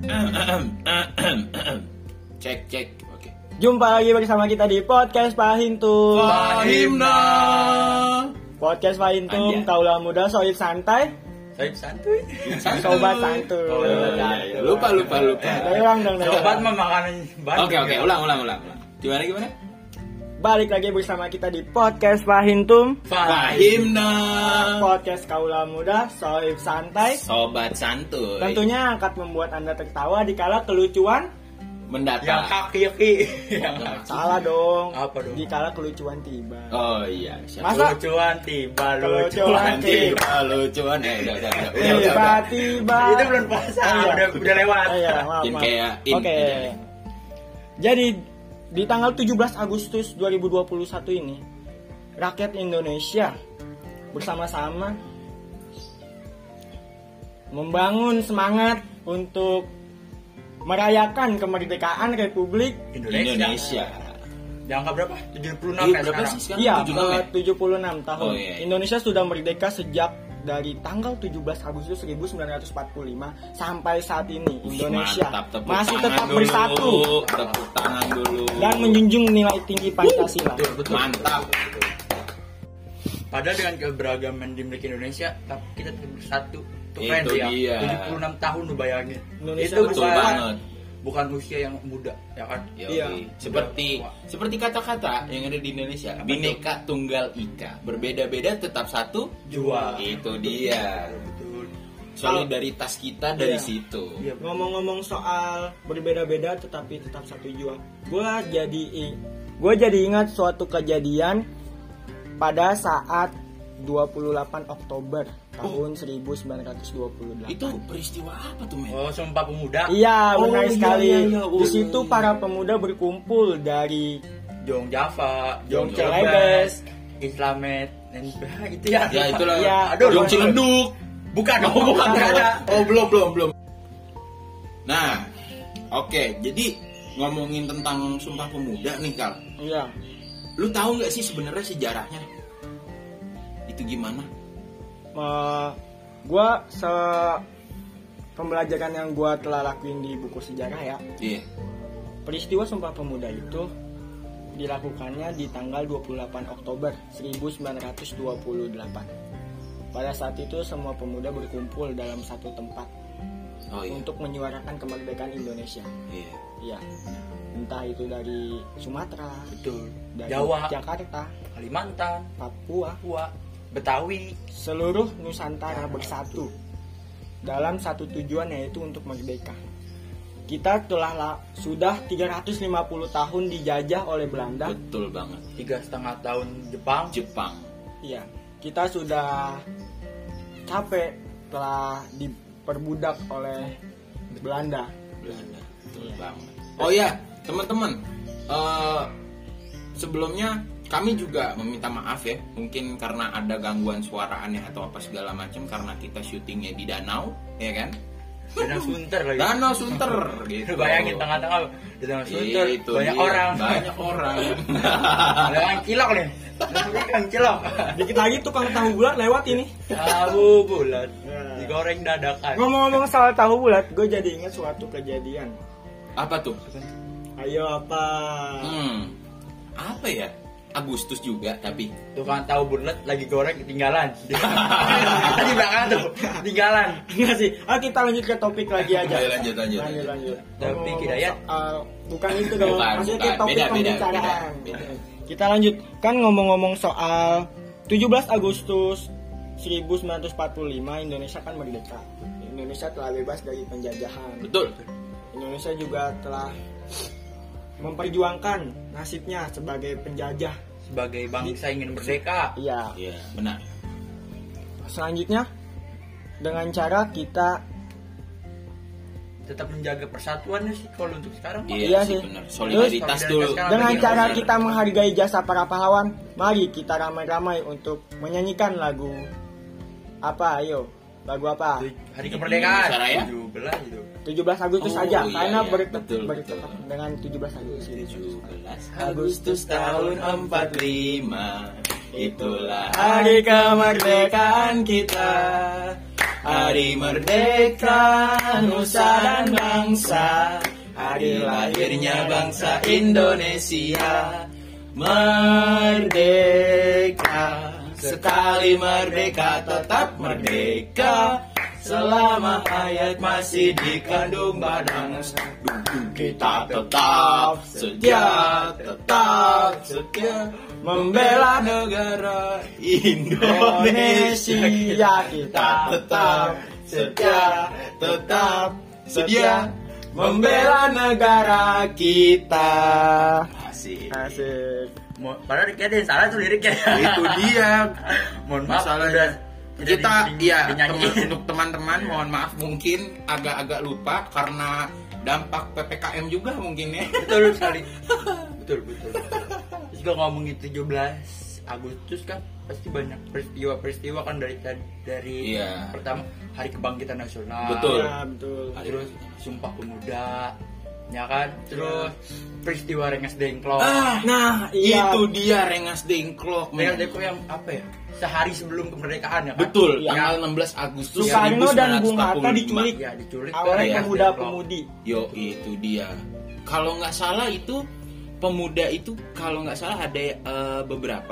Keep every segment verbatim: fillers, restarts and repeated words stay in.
Cek cek. Oke. Jumpa lagi bersama kita di podcast Pahintum. Fahimna. Podcast Pahintum, Anjay. Kaula muda sohib santai. Sohib santuy. Sobat santuy. Oh, iya, iya. Lupa lupa lupa. Ulang dong. Sobat mah makanan baru. Oke oke, ulang ulang ulang. ulang. Gimana gimana? Balik lagi bersama kita di podcast Pahintum. Fahimna. Podcast Kaula muda sohib santai. Sobat santuy. Tentunya akan membuat Anda tertawa dikala kelucuan. Yang mendatang. kaki-kaki. Yang Salah dong. Apa dong? Dikala kelucuan tiba. Oh iya. Siap. Masa? Lucuan tiba, Kelucuan lucuan tiba. Tiba lucuan. Eh udah udah udah. udah, udah, udah. Tiba-tiba. Itu belum puasa, Oh, iya. udah udah lewat. Oh, iya, maaf, In maaf. kayak in Oke. aja. Jadi di tanggal tujuh belas Agustus dua ribu dua puluh satu ini, rakyat Indonesia bersama-sama membangun semangat untuk merayakan kemerdekaan Republik Indonesia. Indonesia. Yang angka berapa? tujuh puluh enam Iya, kan berapa sekarang? sih sekarang? Iya, tujuh puluh enam ya? ke tujuh puluh enam tahun. Oh, iya, iya. Indonesia sudah merdeka sejak dari tanggal tujuh belas Agustus seribu sembilan ratus empat puluh lima sampai saat ini. Indonesia Mantap, tepuk masih tangan tetap dulu, bersatu Tepuk tangan dulu. dan menjunjung nilai tinggi Pancasila. Betul, betul. Mantap. Padahal dengan keberagaman dimiliki Indonesia, tapi kita tetap bersatu. Tuh keren Itu ya. dia. tujuh puluh enam tahun lu bayangin. Indonesia Itu Betul bukan banget. bukan usia yang muda, ya kan? Yoi. Iya. Seperti seperti kata-kata yang ada di Indonesia, Apa Bhinneka Tunggal Ika, berbeda-beda tetap satu. Jua. Itu dia. Betul. Solidaritas kita dari Iya. situ. Iya. Ngomong-ngomong soal berbeda-beda tetapi tetap satu jua, gue jadi gue jadi ingat suatu kejadian pada saat dua puluh delapan Oktober tahun seribu sembilan ratus dua puluh delapan. Itu peristiwa apa tuh, men? Oh, Sumpah Pemuda. Iya, Oh, benar iya, sekali. iya, iya. Oh, Di situ iya, iya. para pemuda berkumpul dari Jong Java, Jong Jong Celebes, Islamet, dan itu ya. Ya itulah. Iya. Aduh, Jong lupa. Ciledug. Bukan, oh, bukan, Bukan. nggak ada. Oh, belum belum belum. Nah, oke. Jadi ngomongin tentang Sumpah Pemuda nih, Kal. iya. Lu tahu nggak sih sebenarnya sejarahnya? Itu gimana? Uh, gue se pembelajaran yang gue telah lakuin di buku sejarah ya, Iya. peristiwa Sumpah Pemuda itu dilakukannya di tanggal dua puluh delapan Oktober seribu sembilan ratus dua puluh delapan. Pada saat itu semua pemuda berkumpul dalam satu tempat Oh iya. untuk menyuarakan kemerdekaan Indonesia. Iya. Iya. Entah itu dari Sumatera, Betul. dari Jawa, Jakarta, Kalimantan, Papua, Papua, Betawi. seluruh Nusantara bersatu dalam satu tujuan, yaitu untuk merdeka. Kita telah la- sudah tiga ratus lima puluh tahun dijajah oleh Belanda. Betul banget. Tiga setengah tahun Jepang. Jepang. Iya, kita sudah capek telah diperbudak oleh Belanda. Belanda. Betul Iya. banget. Oh ya, teman-teman. Eh, sebelumnya kami juga meminta maaf ya, mungkin karena ada gangguan suara aneh atau apa segala macam karena kita syutingnya di danau, ya kan? Danau Sunter lagi. Danau Sunter gitu. Lu bayangin tengah-tengah di Danau Sunter Itu banyak dia, orang. Banyak orang. Ada yang cilok nih. Ada yang cilok. Dikit lagi tukang tahu bulat lewat ini. Tahu bulat. Digoreng dadakan. Ngomong-ngomong soal tahu bulat, gue jadi ingat suatu kejadian. Apa tuh? Ayo apa? Hmm. Apa ya? Agustus juga tapi Tukang tahu bulat lagi goreng ketinggalan. Tadi belakang tuh ketinggalan. Enggak sih. Ah, kita lanjut ke topik lagi aja. Ayo, lanjut, lanjut. lanjut, lanjut. Topik Ngomong-ngomong Hidayat. soal- bukan itu dong. Bukan, Maksudnya bukan. ke topik Beda, beda, pembicaraan. beda, beda. Kita lanjut. Kan ngomong-ngomong soal tujuh belas Agustus seribu sembilan ratus empat puluh lima, Indonesia kan merdeka. Indonesia telah bebas dari penjajahan. betul. Indonesia juga telah memperjuangkan nasibnya sebagai penjajah. Sebagai bangsa ingin merdeka. Iya. Iya, benar. Selanjutnya dengan cara kita Tetap menjaga persatuan sih kalau untuk sekarang. mah. Iya, Iya sih sih. benar. Solidaritas Terus, dulu. solidaritas dengan bagi cara orang. kita menghargai jasa para pahlawan, mari kita ramai-ramai untuk menyanyikan lagu apa? Ayo, lagu apa? Hari kemerdekaan. Indonesia Raya? tujuh belas itu. tujuh belas Agustus Oh, saja, iya, karena iya. ber- Betul, bertepatan betul. dengan tujuh belas Agustus. tujuh belas Agustus tahun empat puluh lima, itulah Hari kemerdekaan kita. Hari merdeka nusa dan bangsa, hari lahirnya bangsa Indonesia. Merdeka, sekali merdeka tetap merdeka. Selama hayat masih dikandung badan, kita tetap setia, tetap setia membela negara Indonesia. Kita tetap setia, tetap setia membela negara kita. Asik. Asik. Mo- Padahal kayaknya ada yang salah tuh liriknya. Itu dia. Mohon maaf Masalahnya. udah tidak Kita di- di- ya dinyanyiin. teman- untuk teman-teman mohon maaf mungkin agak-agak lupa karena dampak P P K M juga mungkin ya. Betul sekali. Betul betul. Terus kalau ngomongin tujuh belas Agustus kan pasti banyak peristiwa-peristiwa kan dari dari Iya. pertama Hari Kebangkitan Nasional. Betul. Ya, betul. Terus Sumpah Pemuda, ya kan? Terus peristiwa Rengas Dengklok. Ah, Nah, iya. itu dia Rengas Dengklok. men. Rengas Dengklok yang apa ya? Sehari sebelum kemerdekaan ya kan? Betul, Iya. tanggal enam belas Agustus Soekarno dan Bung Hatta seribu sembilan ratus empat puluh lima. diculik Ya diculik oleh Iya. pemuda-pemudi. Yo, itu dia. Kalau nggak salah itu pemuda itu kalau nggak salah ada eh, beberapa.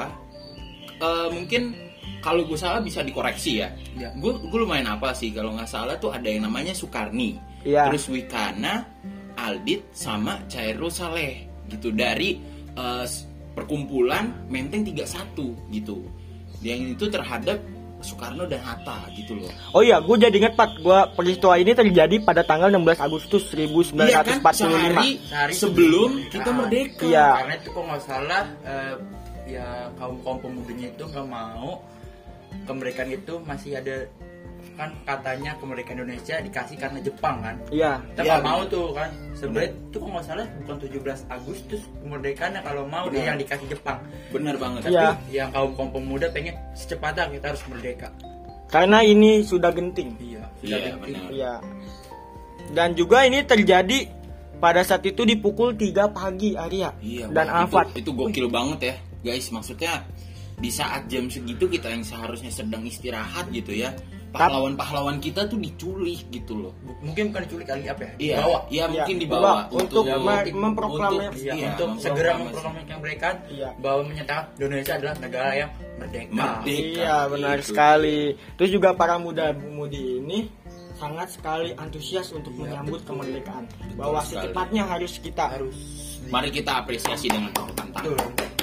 Eh, mungkin kalau gue salah bisa dikoreksi ya. Iya. Gue gue lumayan apa sih kalau nggak salah tuh ada yang namanya Sukarni, Iya. terus Wikana, Aldit sama Cairo Saleh gitu dari eh, s- perkumpulan Menteng tiga puluh satu gitu. Yang itu terhadap Soekarno dan Hatta gitu loh. Oh iya, gue jadi inget Pat, gue peristiwa ini terjadi pada tanggal enam belas Agustus seribu sembilan ratus empat puluh lima. Sehari, Sehari sebelum sebelum kita kemerdekaan. merdeka. Iya. Karena itu kok nggak salah eh, ya kaum kaum pemudanya itu nggak mau kemerdekaan itu masih ada kan katanya kemerdekaan Indonesia dikasih karena Jepang kan. Iya. Kita Iya, nggak mau bener. tuh kan. Sebenarnya itu kok nggak salah bukan tujuh belas Agustus kemerdekaannya kalau mau Benar. dia yang dikasih Jepang. Bener banget. Tapi Iya. yang kaum kaum pemuda pengen secepatnya kita harus merdeka. Karena ini sudah genting. Iya. Iya, Sudah penting. benar. Iya. Dan juga ini terjadi pada saat itu di pukul tiga pagi Arya. Iya, Dan wah, Alfat. itu, itu gokil banget ya, guys. Maksudnya di saat jam segitu kita yang seharusnya sedang istirahat gitu ya, pahlawan-pahlawan kita tuh diculik gitu loh. Mungkin bukan diculik kali apa ya? Iya, Bawa. iya mungkin Iya, dibawa dibawa untuk, untuk me- memproklamasi- untuk- Iya, iya, untuk segera memproklamasi. memproklamasikan kemerdekaan Iya. bahwa menyatakan Indonesia adalah negara yang merdeka. Merdeka. Iya, benar Itu. sekali. Terus juga para muda-mudi ini sangat sekali antusias untuk Iya, menyambut betul. kemerdekaan. Bahwa sekali. secepatnya harus kita Harus Mari kita apresiasi dengan tepuk tangan. betul.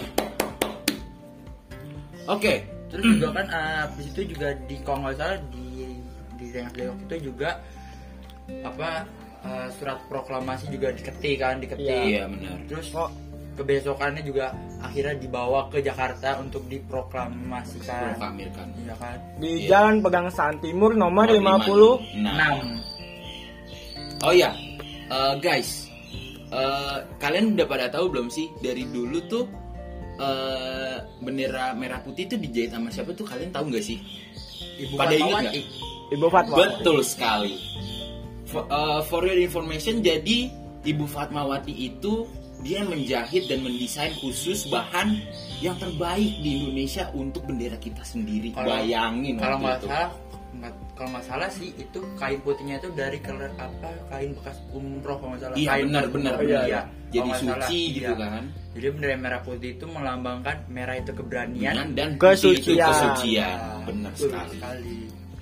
Oke, Terus juga kan uh, habis itu juga di kalau nggak salah di di Rengas Dengklok itu juga apa uh, surat proklamasi juga diketik kan diketik. iya benar. Terus Oh. kebesokannya juga akhirnya dibawa ke Jakarta untuk diproklamasikan. Proklamirkan. Iya kan? di Iya. Jalan Pegangsaan Timur nomor Nomor lima puluh enam. enam. Oh iya, Eh, guys, eh, kalian udah pada tahu belum sih dari dulu tuh eh, bendera merah putih itu dijahit sama siapa tuh, kalian tahu nggak sih? Ibu Pada ingat Fatmawati. Ibu Fatwa. Betul sekali. For, eh, for your information, jadi Ibu Fatmawati itu dia menjahit dan mendesain khusus bahan yang terbaik di Indonesia untuk bendera kita sendiri. Kalau- Bayangin Kalau waktu nggak itu. salah, nggak- kalau nggak salah sih itu kain putihnya itu dari color apa kain bekas umroh kalau nggak salah. Iya Kain benar bekas benar. umroh, benar. iya. Jadi Kalau nggak salah, suci gitu iya. kan. Jadi bendera merah putih itu melambangkan merah itu keberanian, Dan, dan Kesucian. putih itu kesucian. Nah, Benar betul sekali.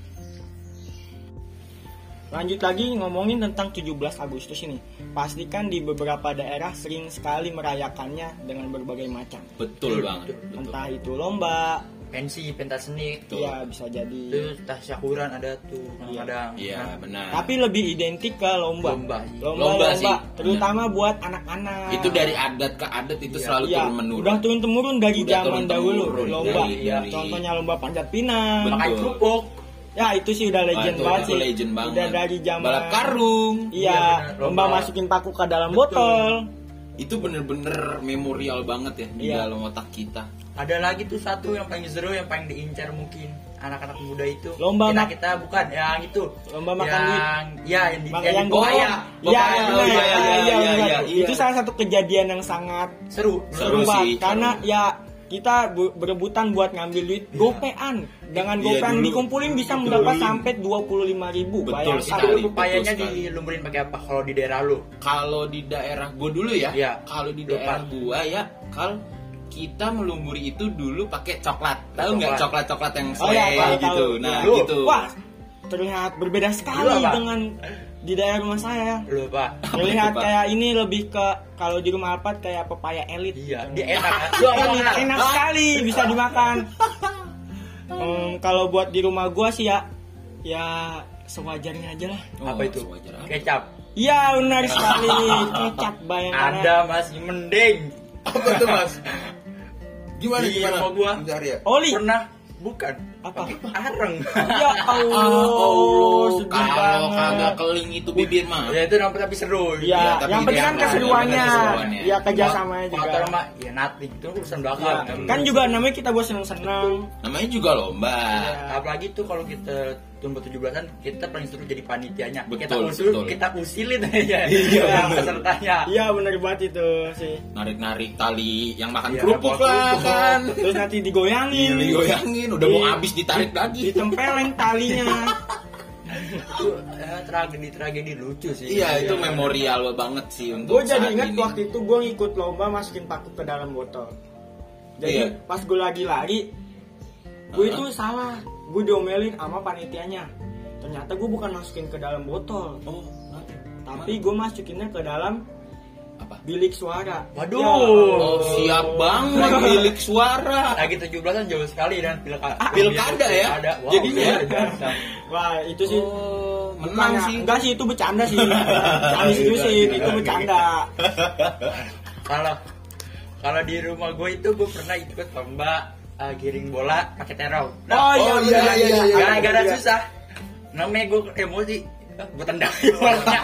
Lanjut lagi ngomongin tentang tujuh belas Agustus ini. Pastikan di beberapa daerah sering sekali merayakannya dengan berbagai macam. Betul Betul, banget. Betul. Entah itu lomba, pensi, pentas seni, Betul. ya bisa jadi. terus tasyakuran ada tuh Iya. kadang-kadang. Iya Nah, benar. Tapi lebih identik ke lomba. Lomba. Lomba, Lomba lomba, sih. terutama buat anak-anak. itu dari adat ke adat itu Iya. selalu Iya, turun menurun. udah turun temurun dari Udah zaman turun-temurun. dahulu lomba. Dari- Ya, dari- contohnya lomba panjat pinang. Betul. makan kerupuk. Ya itu sih udah legend Waduh, banget itu sih. legend banget. Udah dari zaman balap karung. Iya, Iya, benar. lomba Lomba. masukin paku ke dalam Betul. botol. Itu bener-bener memorial banget ya di Iya. dalam otak kita. Ada lagi tuh satu yang paling seru yang paling diincar mungkin anak-anak muda itu. Lomba kita mak- kita bukan yang itu. Lomba makan yang, duit. Ya yang di Mak- yang, yang di bohong. Papaya. Iya, Papaya. benar, iya, iya, iya, iya, iya, benar. iya, iya. Itu salah satu kejadian yang sangat Seru. Seru seru banget. sih, Karena seru. ya kita bu- berebutan buat ngambil duit gopean. Dengan Iya, gopean dulu. dikumpulin bisa Betul. mendapat sampai dua puluh lima ribu. Betul Bayangkan. sekali. Itu upayanya betul sekali. dilumpurin pakai apa kalau di daerah lu? Kalau di daerah gue dulu ya, Iya. kalau di Lupa. daerah gue ya, kalau kita melumburi itu dulu pakai coklat, tahu nggak Coklat. coklat-coklat yang Oh ya, selai tahu, gitu, tahu. nah Lu, gitu. Wah, terlihat berbeda sekali Lu apa? dengan di daerah rumah saya. Lu Pak. Terlihat itu, Pak? kayak ini lebih ke kalau di rumah Alpat kayak pepaya elit. Iya, dia enak. Lu apa enak, enak? enak sekali bisa dimakan. Hmm, kalau buat di rumah gua sih ya, ya sewajarnya aja lah. Oh, Apa itu? sewajar apa? Kecap. Iya benar sekali, kecap bayangkan. Ada masih mending. Apa tuh mas? Gimana Di gimana? rumah gua. Bentar ya. Oli, Pernah bukan apa? areng. Ya Allah, Oh, sedih kalau banget. kagak keling itu bibir mah. Ya itu nampak tapi seru. Ya, Ya, tapi yang penting dia kan apa? keseruannya, Keseruannya. ya kerjasamanya juga. Motor mah ya nothing itu urusan belakang. Ya, kan juga namanya kita buat seneng-seneng. Namanya juga lomba. Ya. Apalagi tuh kalau kita tumbuh tujuh belasan kita paling seru jadi panitianya. kita Betul, usul, betul. kita usilin aja. Iya, bener. pesertanya. Iya benar banget itu sih. Narik-narik tali yang makan Iya, kerupuk makan lah kerupuk. kan. Terus nanti digoyangin, Digoyangin, udah mau Di- habis ditarik lagi. ditempelin talinya. Itu eh, tragedi-tragedi lucu sih. Iya, itu memorial banget sih untuk Gue jadi saat ingat ini. waktu itu gue ngikut lomba masukin paku ke dalam botol. Jadi Iya. pas gue lagi lari, gue Uh-huh. itu salah. Gue diomelin sama panitianya. Ternyata gue bukan masukin ke dalam botol, Oh, nanti. tapi gue masukinnya ke dalam Apa? bilik suara. Waduh. Ya, Oh, siap banget milik suara. Lagi tujuh belasan jauh sekali dan pilkada. Pilkada ya? Pilkada. Wow, Jadinya? luar biasa. Wah itu sih. Oh, menang bukannya- sih. Enggak sih itu bercanda sih. Kami seriusin itu bercanda. Kalau kalau di rumah gue itu gue pernah ikut lomba uh, giring bola pakai terong. Oh iya oh, iya iya, iya, iya, iya. gara-gara iya. susah. Namanya gue emosi, gue tendang bolanya.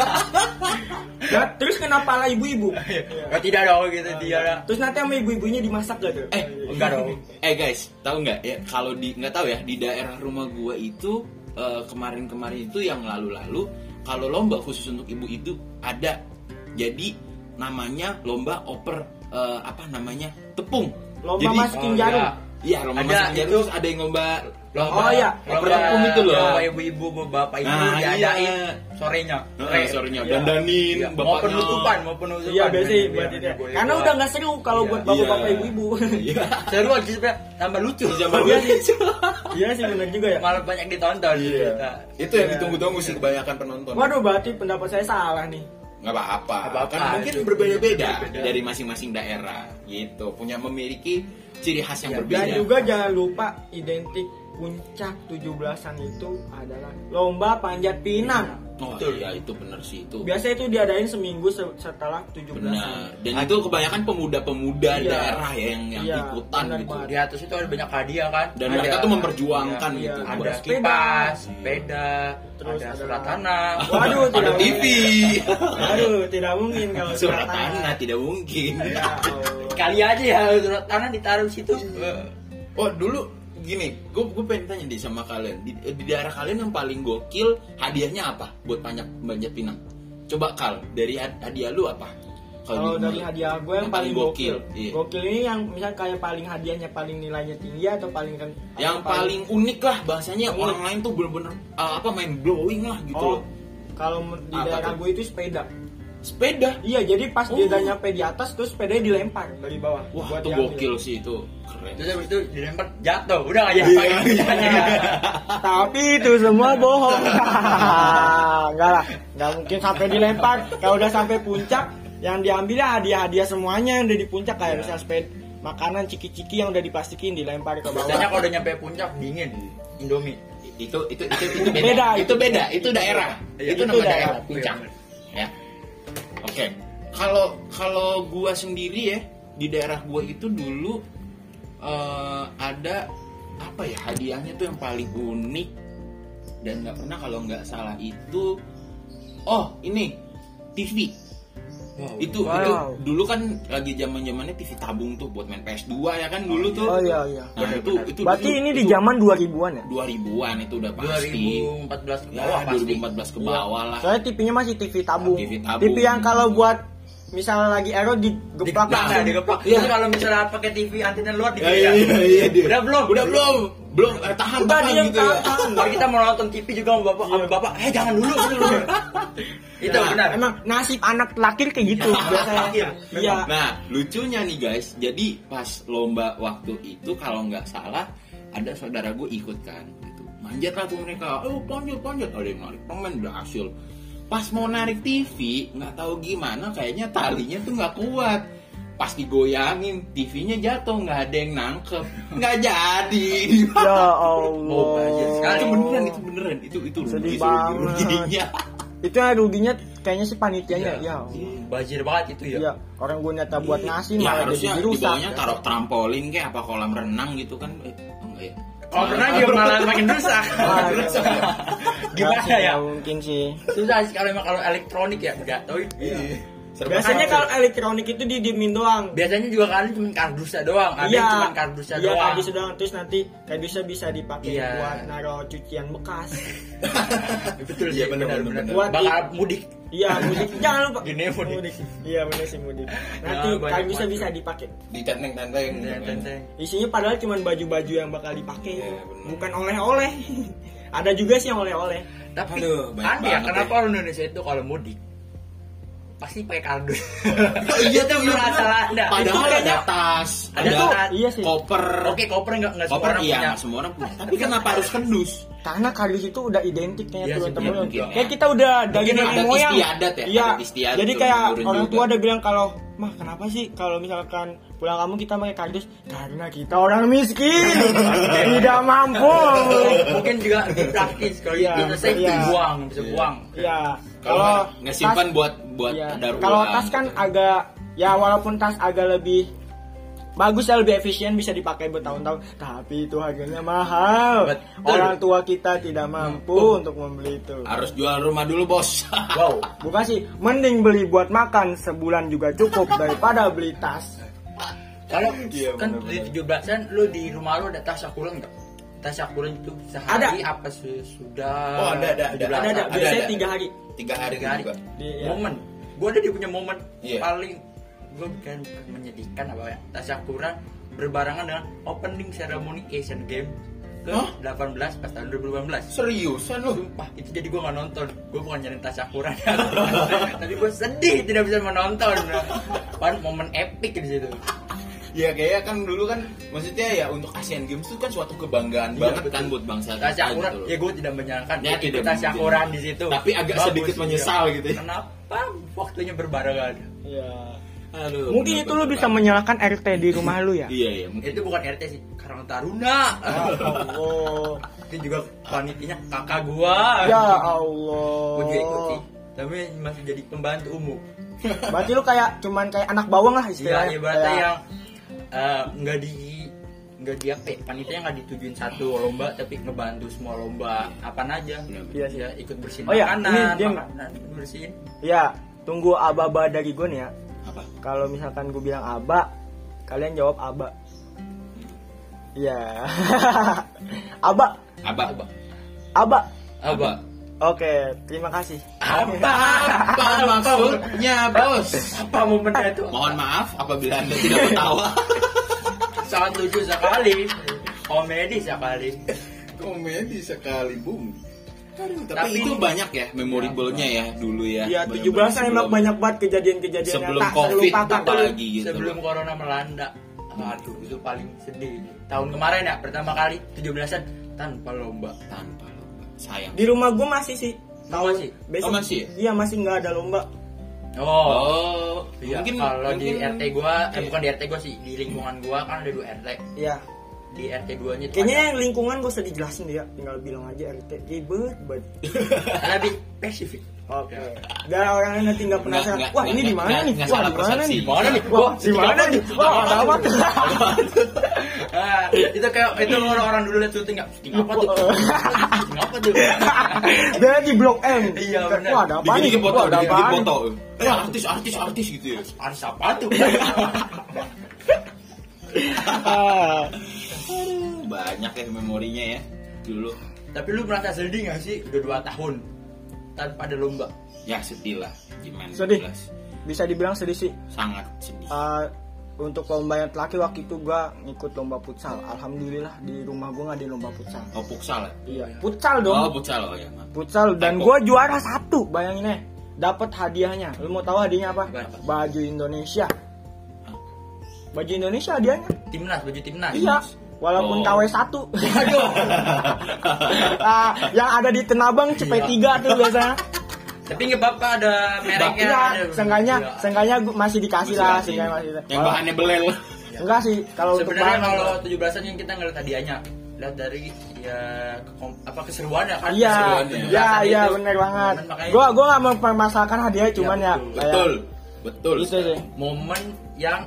Ya, terus kenapa lah ibu-ibu? Ya tidak dong gitu dia. Terus nanti sama ibu-ibunya dimasak gak tuh? Eh, Enggak dong. Eh guys, tahu nggak ya kalau di nggak tahu ya di daerah rumah gua itu eh, kemarin-kemarin itu yang lalu-lalu kalau lomba khusus untuk ibu itu ada. Jadi namanya lomba oper eh, apa namanya? Tepung. Lomba Jadi, masukin oh, jarum. iya. Iya, lomba Ada, masukin jarum itu. terus ada yang lomba Oh, iya. oper tepung itu loh. Lomba ibu-ibu, bapak ibu Nah, diadain iya. sorenya. Heeh, sorenya Iya. dandanin Iya, mau bapaknya. penutupan, mau penutupan. Iya biasa Iya, buat itu. iya, boleh Karena buat. udah nggak seru kalau Iya. buat bapak-bapak Iya. ibu-ibu. Iya. Seru aja sebenarnya tambah lucu. Tambah Iya lucu. sih. Iya sih benar juga ya. Malah banyak ditonton. Iya. Nah, Itu yang ditunggu-tunggu sih kebanyakan penonton. Waduh berarti pendapat saya salah nih. Nggak apa-apa, Nggak apa-apa, kan mungkin itu berbeda-beda berbeda. dari masing-masing daerah gitu, punya memiliki ciri khas yang Ya, berbeda. Dan juga jangan lupa identik puncak tujuh belasan itu adalah lomba panjat pinang. Oh Betul. iya itu benar sih itu. Biasanya itu diadain seminggu se- setelah tujuh belasan. Benar. Dan itu kebanyakan pemuda-pemuda Iya. daerah ya yang yang Iya, ikutan benar gitu. banget. di atas itu ada banyak hadiah kan. Dan Ada- mereka tuh memperjuangkan Iya, gitu. iya. ada Ada sepeda. kipas, sepeda, Terus ada ada- surat tanah. Waduh, Ada tidak T V. Aduh, tidak mungkin kalau Surat tanah tidak mungkin. Ya Allah. Kali aja ya surat tanah ditaruh di situ. Oh dulu gini, gue gue pengen tanya deh sama kalian di, di daerah kalian yang paling gokil hadiahnya apa buat panjat panjat pinang? Coba Kal, dari had- hadiah lu apa? Kalau di dari rumah lu? hadiah gue yang, Yang paling gokil. Iya. Gokil ini yang misal kayak paling hadiahnya paling nilainya tinggi atau paling ren- Yang atau paling unik lah bahasanya Yang orang unik. lain tuh bener-bener uh, apa main blowing lah gitu. Oh, loh. kalau men- di Apa daerah tuh? gue itu sepeda. Sepeda. Iya, jadi pas Oh. dia udah nyampe di atas terus sepedanya dilempar dari bawah. Wah, buat itu diambil. gokil sih itu. Keren. Terus habis itu dilempar jatuh. Udah enggak Iya, jadi iya. Tapi itu semua bohong. Enggak lah, enggak mungkin sampai dilempar. Kalau udah sampai puncak, yang diambilnya hadiah-hadiah semuanya yang udah di puncak kayak misalnya sepeda, makanan ciki-ciki yang udah diplastikin dilempar ke bawah. Biasanya kalau udah nyampe puncak dingin Indomie. Itu itu itu itu beda. Beda, itu beda. Itu daerah. Iya, itu itu nama daerah. daerah puncak. Ya. Oke. Kalau kalau gua sendiri ya di daerah gua itu dulu eh, ada apa ya hadiahnya tuh yang paling unik dan nggak pernah kalau nggak salah itu oh ini T V. Wow. Itu Wow. itu dulu kan lagi zaman-zamannya T V tabung tuh buat main P S dua ya kan dulu tuh. Oh iya iya. Nah, Benar, itu benar. itu Berarti itu- ini di itu zaman dua ribuan ya? dua ribuan itu udah dua pasti. ribu empat belas ke Ya, bawah pasti. dua ribu empat belas ke bawah lah. Soalnya T V-nya masih T V tabung. T V tabung. T V yang kalau buat misalnya lagi error digeplak Nah, langsung. digeplak. Iya. Terus kalau misalnya pakai T V antena luar di Ya, iya, iya, iya, dia. Udah belum? Udah belum? Belum. Eh, tahan, Udah tahan dia gitu ya. tahan. Kalau kita mau nonton T V juga sama bapak, sama bapak, eh jangan dulu dulu. Itu Nah, benar. Emang nasib anak laki kayak gitu biasanya. Iya. Nah, lucunya nih guys, jadi pas lomba waktu itu kalau nggak salah ada saudara gue ikut kan, gitu. Manjat lah tuh mereka, oh panjat panjat, ada yang narik permen berhasil. Pas mau narik T V, nggak tahu gimana, kayaknya talinya tuh nggak kuat. Pas digoyangin, T V-nya jatuh, nggak ada yang nangkep, nggak jadi. Ya Oh, banjir sekali. Itu beneran, itu beneran, itu itu Sedih rugi, banget. ruginya. Itu yang ruginya kayaknya sih panitianya ya. Bajir banget itu ya. Iya, orang gue nyata buat ngasih Ya malah harusnya jadi di rusak. bawahnya taruh trampolin kayak apa kolam renang gitu kan? Eh, enggak ya. Kalau pernah juga malah makin rusak. Ah, Rusak. Gimana Nggak sih, ya? nggak mungkin sih. Susah sih kalau emang kalau elektronik ya, enggak tahu. Iya. Serba Biasanya salah. kalau elektronik itu didiemin doang. Biasanya juga kalian cuma kardusnya doang, ada yang cuma kardusnya iya, doang. kardus doang. Terus nanti kardusnya bisa dipakai Iya. buat naruh cucian bekas. Betul Iya, sih, benar, benar benar, benar. benar. Buat Bakal mudik. Iya, mudik. Jangan lupa. Gini, mudik. Iya, benar sih mudik. Nanti Ya, banyak kardusnya banget. bisa dipakai. Ditenteng-tenteng. Iya, tenteng. Isinya padahal cuma baju-baju yang bakal dipakai. Iya, benar. Bukan oleh-oleh. Ada juga sih yang oleh-oleh. Tapi Aduh, banyak aneh ya, banget kenapa ya. orang Indonesia itu kalau mudik pasti pakai kardus. Iya Itu tuh iya, masalah benar. enggak. Padahal Itu ada kayaknya- tas, Ada ada tuh, iya sih. koper. Oke, koper enggak enggak semua Koper orang iya, punya. nggak semua orang punya. Tapi kenapa harus kendus? Karena kardus itu udah identik Iya kayaknya sih, teman-teman. iya, mungkin ya. Kayak kita udah dari Mungkin nenek adat moyang. istiadat ya, Iya. adat istiadat Jadi tuh kayak menurun orang juga. tua ada bilang kalau, "Mah, kenapa sih kalau misalkan pulang kamu kita pakai kardus?" Karena kita orang miskin. Tidak mampu. Mungkin juga lebih praktis kalau Iya, itu saya iya. buang, bisa Iya. buang. Iya. Kalau nggak simpan buat buat iya. darurat. Kalau tas kan agak ya walaupun tas agak lebih bagus ya, lebih efisien, bisa dipakai bertahun-tahun, tapi itu harganya mahal. Betul. Orang tua kita tidak mampu untuk membeli itu. harus jual rumah dulu, Bos. Wow. Bukan sih, mending beli buat makan sebulan juga cukup daripada beli tas. Kalau Iya, kan benar-benar. di tujuh belasan lu di rumah lu ada tas syakuran enggak? Tas syakuran itu sehari apa sesudah? Oh, ada, ada, ada. tujuh belasan? Ada ada, ada, biasanya ada. tiga hari. Tiga hari Tiga hari. juga. Di- iya. Momen. Gua ada dia punya momen Iya. paling gue bukan menyedihkan apa ya. Tas syakuran berbarengan dengan opening ceremony Asian Games ke Hah? delapan belas pas tahun dua ribu delapan belas. Seriusan lu? Sumpah, itu jadi gue gak nonton. Gue bukan nyari tas syakuran. Tapi gue sedih tidak bisa menonton. Padahal momen epic di situ. Ya kayaknya kan dulu kan maksudnya ya untuk Asian Games itu kan suatu kebanggaan Iya, banget betul. kan buat bangsa Tas kita syakuran, gitu loh. ya gue tidak menyangka Ya, itu tidak tas mungkin. syakuran di situ. Tapi agak Bagus, sedikit iya. menyesal gitu ya. Kenapa waktunya berbarengan? Iya. Aduh, Mungkin itu lu bisa menyalahkan R T di rumah lu ya. Iya iya mungkin. Itu bukan R T sih, Karang Taruna. Oh. Itu juga panitinya kakak gua. Ya Allah. Gua juga ikut sih. Tapi masih jadi pembantu umum. Berarti lu kayak cuman kayak anak bawang lah Iya, istilahnya. ibaratnya Kayak- yang eh, nggak di nggak di apa ya, panitia nggak ditujuin satu lomba tapi ngebantu semua lomba apa aja. Iya sih. Ya, ikut bersihin Oh iya, makanan, ini dia makanan bersihin. Ya, tunggu aba-aba dari gue nih ya. Apa? Kalau misalkan gue bilang aba, kalian jawab aba. Iya. Aba, Apa? Apa? aba. Apa? Oke, terima kasih. Apa? Apa maksudnya, Bos? Apa momennya itu? Mohon maaf apabila Anda tidak ketawa. Sangat lucu sekali, komedi sekali. Komedi sekali, Bung. Aduh, tapi, Tapi itu ini- banyak ya memorable-nya ya dulu ya. Iya, Bener-bener tujuh belasan sebelum- emang banyak banget kejadian-kejadian yang sebelum tak Covid terlupakan. apalagi gitu. Sebelum corona melanda, aduh itu paling sedih. Tahun kemarin ya pertama kali tujuh belasan tanpa lomba. Tanpa lomba. Sayang. Di rumah gue masih sih. Oh, masih? besok. Oh, masih? Iya, masih nggak ada lomba. Oh, Oh, iya. mungkin Kalau di mungkin- R T gua, eh Iya. bukan di R T gua sih, di lingkungan gua kan ada dua R T. Iya. Di R T dua nya itu Kayaknya ada- yang lingkungan gue usah dijelasin dia, tinggal bilang aja R T. Ribet banget. lebih spesifik. Oke. Dan orang nanti nggak penasaran. Nggak, Wah, nggak, ini di nggak, mana nggak, nih? nggak Wah, salah di mana persepsi. nih? Di mana nih? Wah, di mana nih? Wah, ada apa tuh? Ah, itu kayak itu orang-orang dulu lihat syuting nggak? Syuting apa tuh? Syuting apa tuh? Dia di Blok M. Iya, benar. Wah, ada apa nih? Dikit-dikit foto, Wah, ada dikit-dikit apa? foto. Eh, artis, artis, artis gitu ya. Harus apa tuh? Ah. Aduh, banyak ya memorinya ya dulu. Tapi lu merasa sedih nggak sih? Udah dua tahun tanpa ada lomba. Ya sedih lah, gimana Sedih. jelas. bisa dibilang sedih sih. Sangat sedih. Uh, untuk lomba yang terakhir waktu itu gue ngikut lomba futsal. Alhamdulillah di rumah gue nggak ada lomba futsal. Oh, futsal ya? Iya, futsal dong. Oh, futsal. Oh, ya, maaf. Futsal dan gue juara satu, bayangin ya. Dapat hadiahnya. Lu mau tahu hadiahnya apa? Apa? Baju Indonesia. Baju Indonesia hadiahnya. Timnas, baju timnas. Iya. Walaupun Oh. K W satu. Ah, yang ada di Tenabang C P tiga tuh biasanya. Tapi nggak apa-apa ada mereknya. Iya, ada- seenggaknya Iya. seenggaknya gua masih dikasih Masih lah, kasih. seenggaknya masih. Yang Walau- bahannya belel. enggak sih, kalau untuk Sebenarnya bahan kalau tujuh belasan yang kita ngeliat hadiahnya, lihat dari ya kekom- apa keseruannya kan. iya, Keseruannya. iya, tujuh iya, belasan itu. benar banget. Momen makanya- Gua gua nggak mempermasalahkan hadiah, cuman ya, betul. kayak- Betul. Betul. Itu sih. Momen yang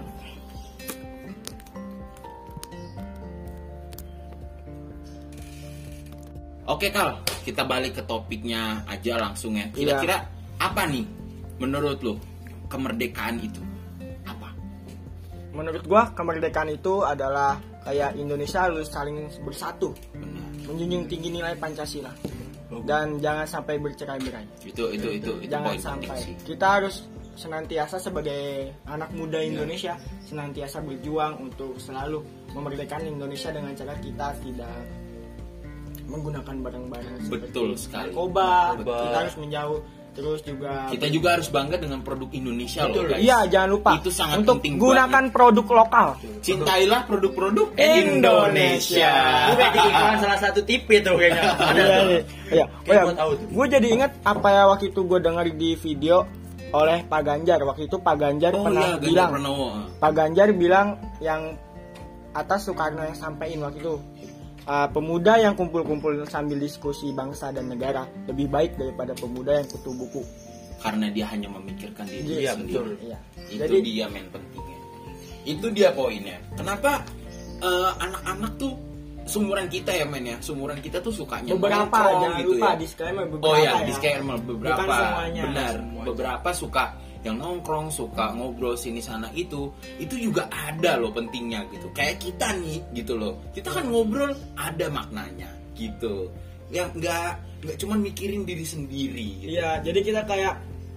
Oke Kal, kita balik ke topiknya aja langsung ya. Kira-kira apa nih menurut lo kemerdekaan itu? Apa? Menurut gua kemerdekaan itu adalah kayak Indonesia harus saling bersatu, Benar. menjunjung tinggi nilai Pancasila. Dan jangan sampai bercerai-berai. Itu itu itu itu Jangan poin penting sampai. sih. Kita harus senantiasa sebagai anak muda Indonesia senantiasa berjuang untuk selalu memerdekakan Indonesia dengan cara kita tidak menggunakan barang-barang Betul seperti sekali. narkoba. Narkoba. Kita harus menjauh, terus juga Kita juga harus bangga dengan produk Indonesia Betul. loh guys. iya, jangan lupa Itu sangat untuk penting gunakan produk lokal. Cintailah produk-produk Indonesia. Gue kayak di iklan salah satu T V tuh kayaknya. Ada Iya, tuh. iya. Iya. Oh Kayak ya, gua tahu tuh. gue jadi ingat apa ya waktu itu gue dengar di video oleh Pak Ganjar. Waktu itu Pak Ganjar Oh pernah iya, Ganjar bilang, Pranowo. Pak Ganjar bilang yang atas Soekarno yang sampein waktu itu, uh, pemuda yang kumpul-kumpul sambil diskusi bangsa dan negara lebih baik daripada pemuda yang kutu buku. Karena dia hanya memikirkan diri Iya, sendiri. betul. Iya. Itu Jadi dia main pentingnya. Itu dia poinnya. Kenapa eh, anak-anak tuh sumuran kita ya men ya, sumuran kita tuh sukanya beberapa nongkrong jangan gitu lupa ya. disclaimer beberapa. Oh ya, ya. disclaimer beberapa. Bukan semuanya. Benar. Semuanya. Beberapa suka yang nongkrong, suka ngobrol sini sana itu. Itu juga ada loh pentingnya gitu. Kayak kita nih gitu loh. Kita kan ngobrol ada maknanya gitu. Yang enggak enggak cuma mikirin diri sendiri gitu. Iya, jadi kita kayak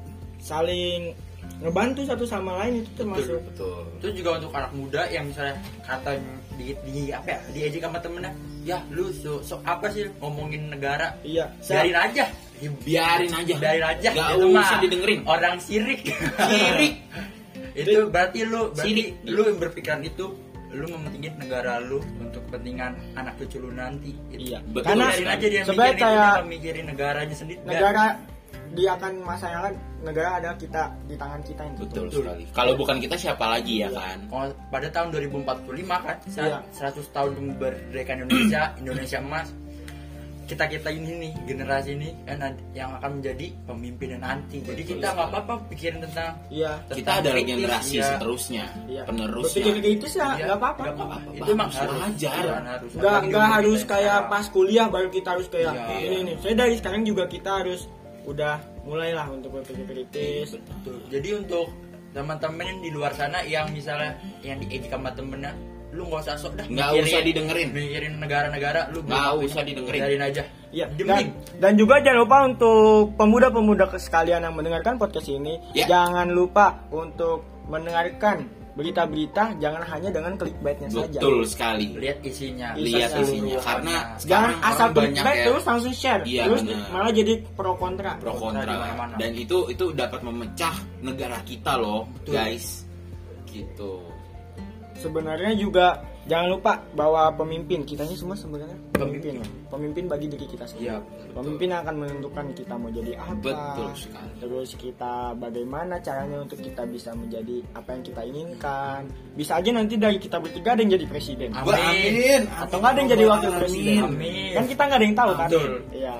saling ngebantu satu sama lain, itu termasuk. Betul. Itu juga untuk anak muda yang misalnya kata di, di apa ya, diejek sama temennya, ya lu so, so apa sih ngomongin negara, Iya. biarin aja, Biarin aja. biarin aja, Gak itu usah mah didengerin. orang sirik, Sirik. itu berarti lu, berarti Sirik. lu yang berpikiran itu, lu mementingin negara lu untuk kepentingan anak cucu lu nanti. Itu. Iya. Betul Karena biarin aja dia sebenarnya mikirin itu, kayak dia nggak mikirin negaranya sendiri. negara dia akan masa yang akan negara adalah kita di tangan kita yang Betul Betul. sekali. Kalau bukan kita siapa lagi ya kan? Oh, pada tahun dua ribu empat puluh lima kan, Iya. seratus tahun kemerdekaan Indonesia, Indonesia emas. Kita-kita ini nih, generasi ini kan yang akan menjadi pemimpin nanti. Jadi Betul kita nggak sekali. apa-apa pikirin tentang Iya. Kita tentang adalah kritis, generasi iya. seterusnya, Iya. penerusnya. Berpikir gitu sih Iya, nggak apa-apa. nggak apa-apa. Bagus, Itu emang harus wajar. iya, harus. Nggak Apalagi nggak umur harus kita kayak sekarang. pas kuliah baru kita harus kayak Iya. ini nih. Saya dari sekarang juga kita harus udah mulailah untuk berpikir kritis. Betul. Jadi untuk teman-teman yang di luar sana yang misalnya yang diejek sama temennya, lu nggak usah sok dah. Nggak mikirin- usah didengerin. Mikirin negara-negara, lu Nggak belum usah punya, didengerin. biarin aja. Iya. Dan, Demi. dan juga jangan lupa untuk pemuda-pemuda sekalian yang mendengarkan podcast ini, Ya. jangan lupa untuk mendengarkan berita-berita jangan hanya dengan clickbaitnya saja. Betul sekali. Lihat isinya. Lihat Isinya. isinya karena Jangan sekarang asal orang banyak clickbait ya terus langsung share, Iya, terus benar. malah jadi pro kontra. pro di kontra mana-mana. dan itu itu dapat memecah negara kita loh, Betul. guys. Gitu. Sebenarnya juga jangan lupa bahwa pemimpin kita ini semua sebenarnya pemimpin, loh. Pemimpin bagi diri kita sendiri. Iya, Pemimpin yang akan menentukan kita mau jadi apa. Betul sekali. Terus kita bagaimana caranya untuk kita bisa menjadi apa yang kita inginkan. Bisa aja nanti dari kita bertiga ada yang jadi presiden. Amin. Amin. Atau nggak ada yang jadi wakil Amin. presiden. Amin. Kan kita nggak ada yang tahu kan. Betul. Iya.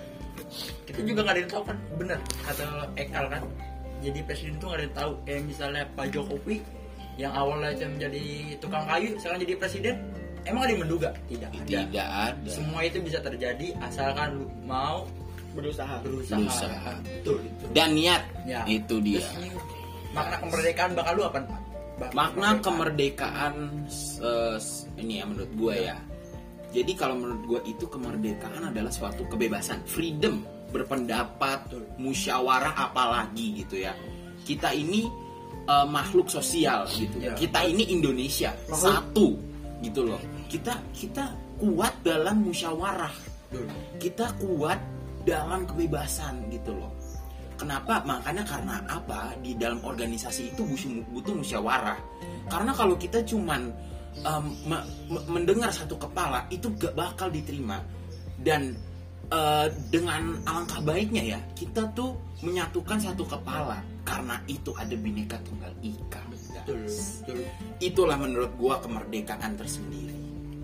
Kita juga nggak ada yang tahu kan, bener kata Ekal kan. Jadi presiden tuh nggak ada yang tahu. Kayak misalnya Pak Jokowi yang awalnya cuma menjadi tukang kayu, sekarang jadi presiden. Emang ada yang menduga? Tidak ada. Tidak ada. Semua itu bisa terjadi asalkan lu mau Berusaha. berusaha. Berusaha. Betul itu. Dan niat. Ya. Itu dia. Terus, makna kemerdekaan bakal lu apa? Pak? Makna kemerdekaan eh, ini ya menurut gue ya. Jadi kalau menurut gue itu kemerdekaan adalah suatu kebebasan, freedom, berpendapat, musyawarah apalagi gitu ya. kita ini uh, makhluk sosial gitu. Ya. Kita ini Indonesia Makhluk. satu gitu loh. Kita kita kuat dalam musyawarah. Kita kuat dalam kebebasan gitu loh. Kenapa? Makanya karena apa? Di dalam organisasi itu butuh musyawarah. Karena kalau kita cuman um, me- me- mendengar satu kepala itu gak bakal diterima. Dan uh, dengan alangkah baiknya ya kita tuh menyatukan satu kepala. Karena itu ada Bhinneka Tunggal Ika. Betul, betul. Itulah menurut gua kemerdekaan tersendiri.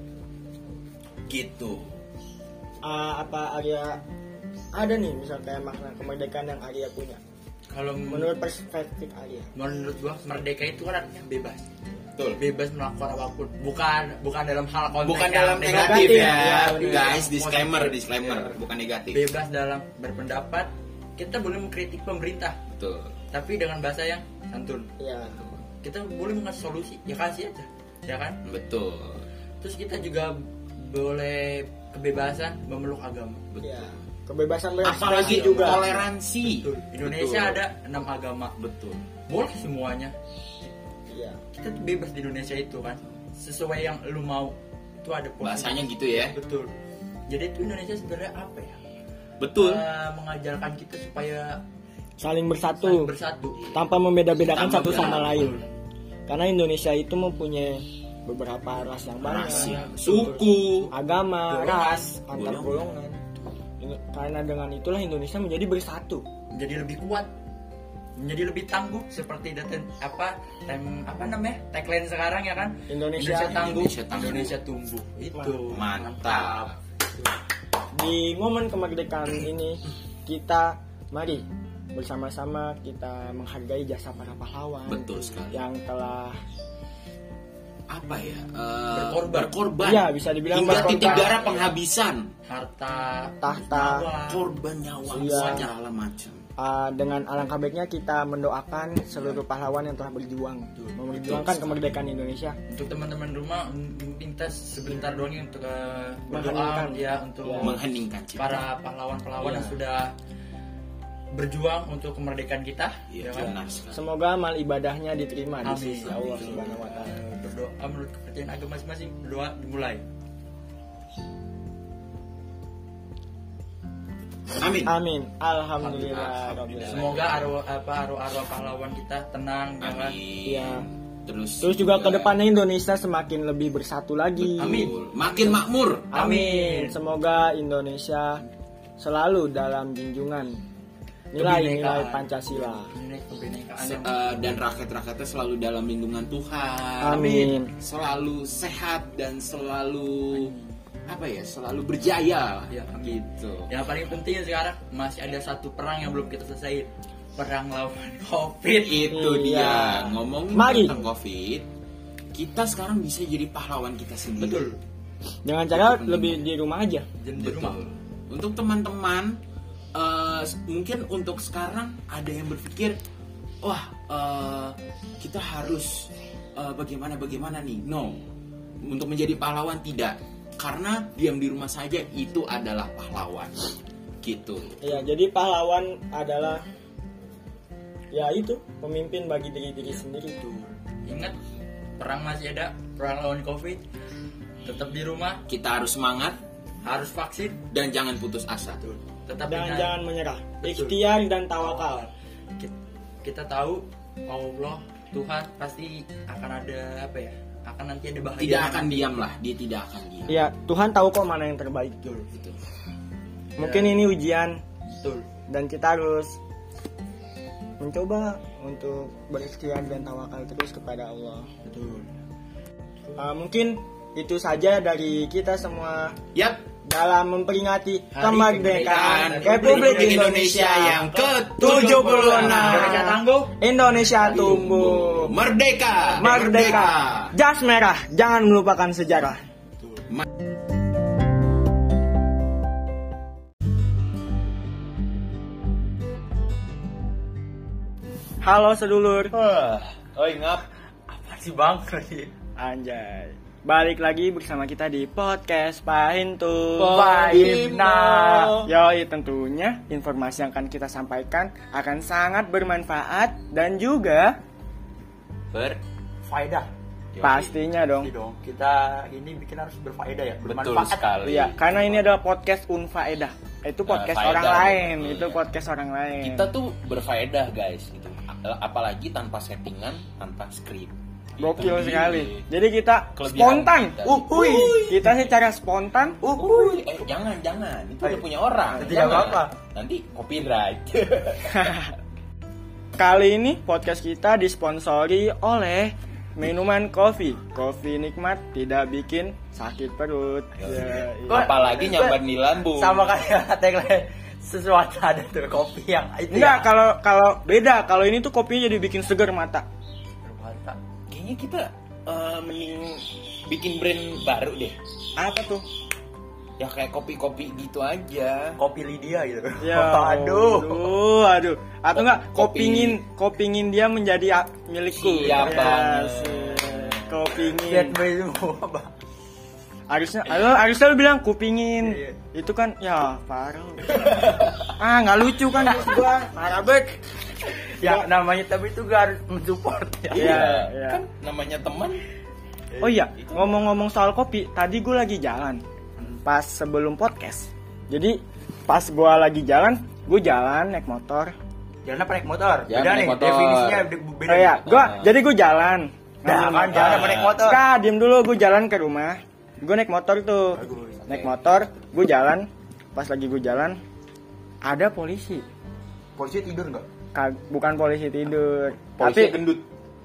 Gitu. Uh, apa Arya ada nih misal kayak makna kemerdekaan yang Arya punya Kalau menurut perspektif Arya? menurut gua merdeka itu kan artinya bebas. Betul. Bebas melakukan apapun. Bukan bukan dalam hal konteks Bukan yang dalam negatif, negatif, ya, ya, guys. Positif. Disclaimer, disclaimer, Ya. bukan negatif. Bebas dalam berpendapat. Kita boleh mengkritik pemerintah, Betul. tapi dengan bahasa yang santun. Ya, Kita boleh mengasih solusi, ya kasih aja, ya kan? Betul. Terus kita juga boleh kebebasan memeluk agama. Betul. ya. Kebebasan berekspresi Apalagi juga. toleransi. Betul. Indonesia Betul. ada enam agama. Betul. Boleh semuanya. Iya. Kita tuh bebas di Indonesia itu kan. Sesuai yang lu mau. Itu ada posisi. Bahasanya gitu ya. Betul. Jadi itu Indonesia sebenarnya apa ya? Betul. Eh, mengajarkan kita supaya Saling bersatu saling bersatu. tanpa membeda-bedakan Tanpa satu sama beda. lain. Karena Indonesia itu mempunyai beberapa ras yang banyak, Ras ya, suku, agama, Golongan. ras, antar Golongan. golongan. Ini- Karena dengan itulah Indonesia menjadi bersatu. Menjadi lebih kuat. Menjadi lebih tangguh seperti daten apa tem apa namanya? Tagline sekarang ya kan? Indonesia tangguh, Indonesia tangguh. Indonesia tumbuh. Itu Mantap. Di momen kemerdekaan ini kita mari bersama-sama kita menghargai jasa para pahlawan Betul sekali. yang telah Apa ya? eh, Berkorban. berkorban. Iya, bisa dibilang hingga berkorban. titik darah penghabisan, Harta, Tahta. nyawa. korban nyawa, Iya. segala macam. Uh, dengan alangkah baiknya kita mendoakan seluruh pahlawan yang telah berjuang memperjuangkan Betul. kemerdekaan Indonesia. Untuk teman-teman rumah mungkin kita sebentar doang ya untuk uh, berdoa Mengheningkan. ya untuk Ya. Mengheningkan cipta. para pahlawan-pahlawan Ya. yang sudah berjuang untuk kemerdekaan kita. Iya, ya kan? benar sekali. Semoga amal ibadahnya diterima di Amin. sisi Allah Subhanahu wa taala. Eh, Berdoa menurut kepercayaan agama masing-masing, berdoa dimulai. Amin. Amin. Alhamdulillah. Alhamdulillah. Semoga arwah apa arwah-arwah pahlawan kita tenang, ya kan? Amin. Iya. Terus Terus juga ke depannya Indonesia semakin lebih bersatu lagi. Amin. Makin makmur. Amin. Semoga Indonesia selalu dalam junjungan nilai-nilai Kebinekaan. Pancasila. Ini kebinekaan Se- yang eh, dan rakyat-rakyatnya selalu dalam lindungan Tuhan. Amin. Selalu sehat dan selalu apa ya? Selalu berjaya. Ya, Gitu. yang paling penting sekarang masih ada satu perang yang belum kita selesaiin, perang lawan COVID. Itu Iya. dia. Ngomongin Mari. tentang COVID, kita sekarang bisa jadi pahlawan kita sendiri. Betul. Dengan cara lebih di rumah aja. Jadi di rumah. Betul. Untuk teman-teman, eh, mungkin untuk sekarang ada yang berpikir, wah eh, kita harus eh, bagaimana bagaimana nih? No, untuk menjadi pahlawan tidak, karena diam di rumah saja itu adalah pahlawan. Gitu. Ya, jadi pahlawan adalah ya itu pemimpin bagi diri diri sendiri tuh. Ingat, perang masih ada, perang lawan COVID. Tetap di rumah, Kita harus semangat harus vaksin. dan jangan putus asa. Tetap Dan ingat, jangan menyerah. Betul. Ikhtiar dan tawakal. Kita, kita tahu Allah Tuhan pasti akan ada apa ya? Akan nanti ada bahagia. Tidak akan diam lah, dia tidak akan diam. Ya, Tuhan tahu kok mana yang terbaik. Betul, Gitu. Mungkin ini ujian betul. dan kita harus mencoba untuk berikhtiar dan tawakal terus kepada Allah. Betul. Uh, mungkin itu saja dari kita semua Yap. dalam memperingati Hari kemerdekaan kemerdekaan Republik Republik Indonesia yang ke tujuh puluh enam. Indonesia tangguh. Indonesia tumbuh. Merdeka. Merdeka. Jas merah, jangan melupakan sejarah. Halo sedulur. Oh, ngap. Apa sih bang? Anjay. Balik lagi bersama kita di podcast Pahintu Pahimna. Yoi, tentunya informasi yang akan kita sampaikan akan sangat bermanfaat dan juga Berfaedah. pastinya dong. Pasti dong. Kita ini bikin harus berfaedah ya, Betul bermanfaat. sekali. Iya, karena ini adalah podcast unfaedah. Itu podcast faedah, orang lain, iya. itu podcast orang lain. Kita tuh berfaedah guys gitu. Apalagi tanpa settingan, tanpa skrip. Gokil Itu sekali. dia. Jadi kita Kelebihan spontan. kita. Uhuy. Kita secara spontan. Uhuy. Eh, jangan, jangan. Itu udah punya orang. Tidak Jangan. apa-apa. Nanti copyright. Kali ini podcast kita disponsori oleh minuman kopi. Kopi nikmat, tidak bikin sakit perut. Ya, iya. Apalagi nyambat di lambung. Sama kayak tagline sesuatu ada tuh kopi yang itu. Enggak, ya. kalau kalau beda. Kalau ini tuh kopinya jadi bikin segar mata. Bermanfaat. Kayaknya kita eh, mending bikin brand baru deh. Apa tuh? Ya kayak kopi-kopi gitu aja. Kopi Lydia gitu. Ya, aduh. aduh, aduh. Atau enggak Kopi- kopingin kopingin dia menjadi a- milikku. Siap Ya, banget. sih. Kopingin. Lihat semua, Bang. Harusnya, ayo, harusnya lu bilang kupingin. Iya. Itu kan, ya parah. Ah, nggak lucu kan gua. Parah banget. Ya namanya tapi itu gak harus mensupport ya. Iya, iya. Kan namanya teman. Oh iya, ngomong-ngomong soal kopi, tadi gue lagi jalan pas sebelum podcast. Jadi pas gue lagi jalan, gue jalan naik motor. Jangan apa naik motor. Jangan Beda naik nih motor. definisinya be- beda. Oh iya, gua Ah. jadi gue jalan. Nah, kan jangan apa naik motor. Kak, diem dulu, gue jalan ke rumah. Gue naik motor tuh. Bagus. Naik motor, gue jalan. Pas lagi gue jalan, ada polisi. Polisi tidur enggak? Kag- bukan polisi tidur, Polisi tapi gendut.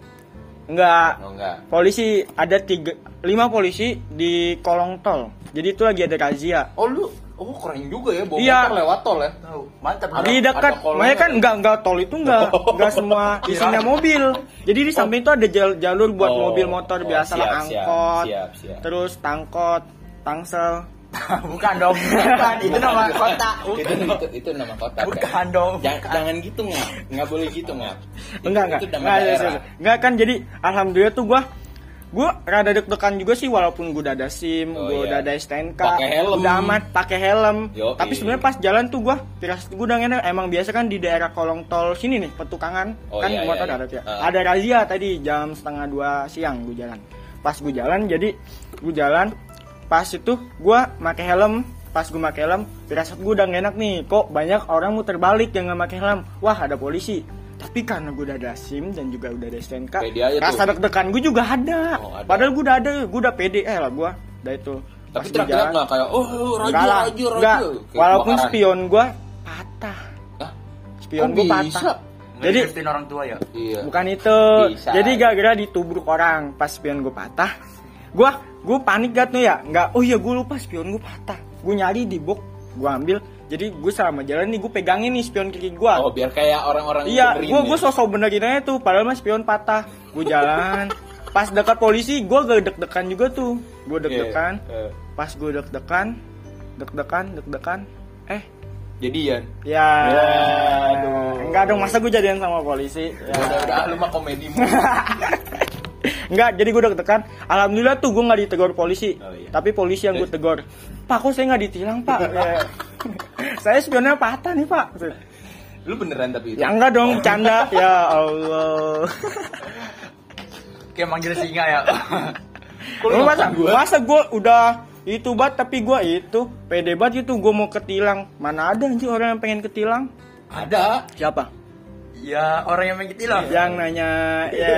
enggak. Oh enggak. Polisi ada tiga, lima polisi di kolong tol. Jadi itu lagi ada razia. Oh lu, oh keren juga ya bawa Iya. motor lewat tol ya. Tahu. Mantap. Ada- Di dekat, ada kolongnya. makanya kan enggak enggak tol itu enggak enggak semua isinya mobil. Jadi di samping itu ada jal- jalur buat Oh, mobil motor oh, biasa lah, siap, angkot, siap, siap. terus tangkot, tangsel. Bukan dong. Bukan. Itu nama kota. Itu, itu itu nama kota. Bukan kan? dong. Jangan, jangan gitu nggak, nggak boleh gitu nggak. Enggak enggak. Itu nama Enggak, daerah. serius. Enggak kan jadi alhamdulillah tuh gua gua rada deg-degan juga sih walaupun gua udah ada SIM, Oh, gua iya. udah ada S T N K, Pakai helm. udah amat pakai helm. Yoi. Tapi sebenarnya pas jalan tuh gua firasat gua udah enak. Emang biasa kan di daerah kolong tol sini nih, Petukangan, Oh, kan iya, motor iya, ada iya. tuh ya. Uh. Ada razia tadi jam setengah dua siang gua jalan. Pas gua jalan jadi gua jalan pas itu gua pakai helm. Pas gue pakai helm, firasat gue udah gak enak nih. Kok banyak orang muter balik yang gak pakai helm. Wah, ada polisi. Tapi karena gue udah ada SIM dan juga udah ada S T N K, Pede aja rasa tuh. deg-degan gue juga ada. Oh, ada. Padahal gue udah ada, gue udah pede eh lah gue. Udah itu. Tapi Pas gua teriak-teriak jalan, nggak kayak, oh oh, raja enggak lah, raja raja. enggak. Kayak Walaupun kebakaran. spion gue patah. Hah? Spion Kok gue bisa? patah. Jadi Jadi orang tua ya. Iya. bukan itu. Bisa. Jadi gara-gara ditubruk orang pas spion gue patah. Gue gue panik gak tuh ya? Enggak. Oh iya gue lupa spion gue patah. Gue nyari di box, gue ambil. Jadi gue selama jalan nih gue pegangin nih spion kiri gue. Oh biar kayak orang-orang Iya, benerin gue ya. gue sosok benerin aja tuh. Padahal mah spion patah. Gue jalan. Pas dekat polisi, gue gak deg-degan juga tuh. Gue deg-degan. Iya, iya. Pas gue deg-degan, deg-degan, deg-degan. Eh, Jadian. ya. Ya, aduh. Enggak dong, masa gue jadian sama polisi. Ya. Udah udah lu mah komedi. Enggak, jadi gue deg-degan. Alhamdulillah tuh gue gak ditegur polisi. Oh, iya. Tapi polisi yang gue tegur. Pak, kok saya gak ditilang, Pak? Ya. Saya spionnya patah nih, Pak. Lu beneran tapi itu. Ya enggak dong, canda. Ya Allah. Kayak manggil singa ya. Kok lu Lu masa nonton gua? masa gue udah itu bat tapi gue itu pede banget gitu gue mau ketilang. Mana ada anjir orang yang pengen ketilang? Ada. Siapa? Ya orang yang main ketilang. Yang nanya ya.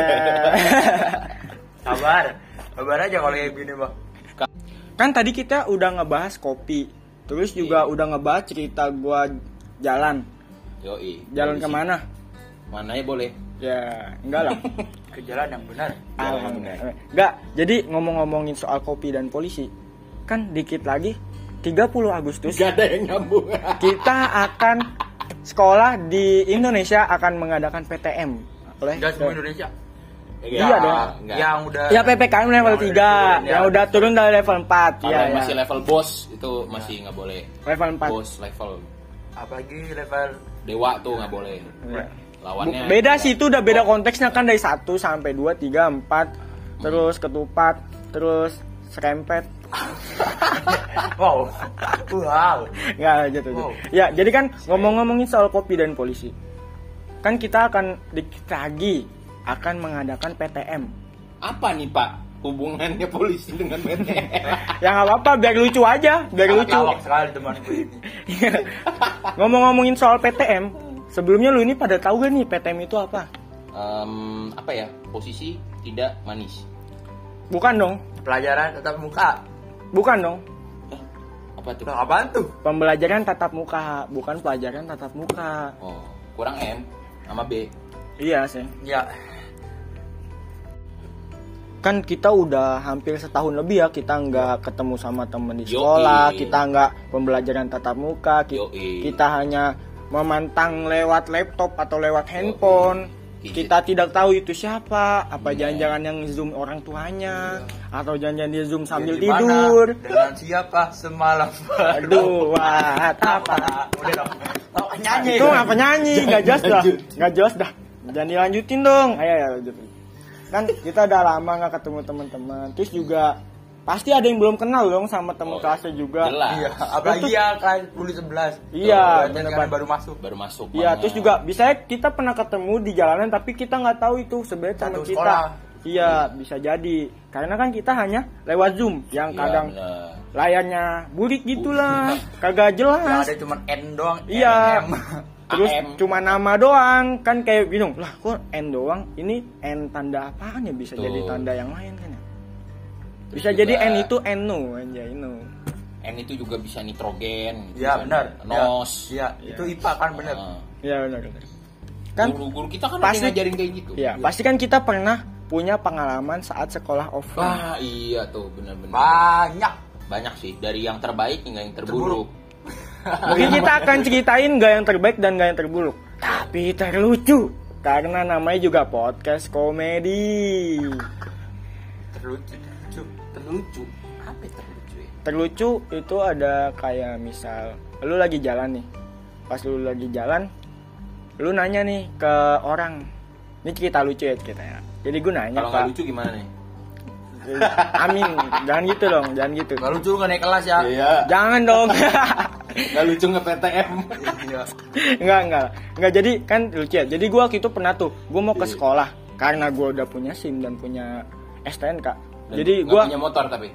Sabar. Sabar aja kalau kayak gini, Bang. Kan tadi kita udah ngebahas kopi. Terus juga udah ngebahas cerita gue jalan. Yoi. Jalan Polisi. kemana? Mana ya boleh. Ya, enggak lah. Ke jalan yang benar. Alhamdulillah. Enggak, jadi ngomong-ngomongin soal kopi dan polisi. Kan dikit lagi tiga puluh Agustus Gak ada yang nyambung. kita akan sekolah di Indonesia akan mengadakan P T M. Oleh Enggak semua Indonesia. Iya dong. Enggak. Yang udah Ya P P K M level yang udah tiga, turun, yang ya. udah turun dari level empat. Kalau Iya, yang ya. masih level bos itu masih nggak boleh. Level empat. Bos level apalagi level dewa tuh nggak boleh. Iya. Lawannya. Bu- Beda sih itu udah beda konteksnya kan dari satu sampai dua, tiga, empat, terus ketupat, terus serempet. Wow. Wow. Nggak gitu. Wow. Ya, jadi kan ngomong-ngomongin soal kopi dan polisi. Kan kita akan dikit lagi akan mengadakan P T M. Apa nih Pak hubungannya polisi dengan P T M? Ya nggak apa-apa, biar lucu aja, biar lucu. Lawak sekali temanku ini. Ngomong-ngomongin soal P T M, sebelumnya lu ini pada tahu gak nih P T M itu apa? Um, apa ya? Posisi tidak manis. Bukan dong, Pelajaran tatap muka. bukan dong. Eh, apa tuh? Nah, apaan tuh? Pembelajaran tatap muka, bukan pelajaran tatap muka. Oh, kurang M sama B. Iya sih. Ya. Kan kita udah hampir setahun lebih ya kita nggak ketemu sama temen di Yoi. sekolah, kita nggak pembelajaran tatap muka, ki- Yoi. kita hanya memantang lewat laptop atau lewat handphone. Yoi. Kita tidak tahu itu siapa, apa Iya. jangan-jangan yang zoom orang tuanya, atau jangan-jangan dia zoom sambil Ya, di mana? tidur. Dengan siapa semalam? Aduh, what apa? Udah dong. Oh, nyanyi. Itu apa nyanyi? Gak jelas dah, gak jelas dah. Jangan dilanjutin dong. Ayo ya lanjutin. Kan kita udah lama nggak ketemu teman-teman. Terus juga pasti ada yang belum kenal dong sama teman Oh, kelasnya juga. jelas. Iya, apalagi ya kelas sepuluh sebelas. Iya, Tuh, bener kan banget. baru masuk. Baru masuk. Iya, mana. terus juga bisa kita pernah ketemu di jalanan tapi kita nggak tahu itu sebenarnya teman Satu kita. sekolah. Iya, bisa jadi. Karena kan kita hanya lewat Zoom yang Iya, kadang bener. layarnya burik gitulah, kagak Yang jelas. ada cuma N doang. Iya. N M. Terus A M. cuma nama doang, kan kayak bingung. Lah, kok N doang? Ini N tanda apaan ya? Bisa Tuh. jadi tanda yang lain kan ya? Terus Bisa juga- jadi N itu Enu aja, Enu. N itu juga bisa nitrogen. gitu Iya, kan. benar. Nos. Iya, itu I P A kan benar. Ah. Iya benar benar. Kan Guru-guru kita kan pasti- ada yang ngajarin kayak gitu. ya, pasti kan kita pernah punya pengalaman saat sekolah offline. Wah, iya tuh, benar-benar. Banyak. Banyak sih, dari yang terbaik hingga yang terburuk. Mungkin kita akan ceritain gak yang terbaik dan gak yang terburuk, tapi terlucu karena namanya juga podcast komedi. Terlucu, terlucu. Terlucu. Apa yang terlucu ya? Terlucu itu ada kayak misal lu lagi jalan nih, pas lu lagi jalan, lu nanya nih ke orang, ini cerita lucu ya ceritanya. Jadi gue nanya Kalau Pak, nggak lucu gimana nih? Amin, jangan gitu dong, jangan gitu. Kalau lucu nggak naik kelas ya? Iya. Jangan dong. Nggak lucu nge-P T M. Iya. Enggak, enggak. Enggak, jadi kan lucu ya. Jadi gua waktu itu pernah tuh, gua mau ke sekolah karena gua udah punya SIM dan punya S T N K. Dan Jadi nggak gua punya motor tapi.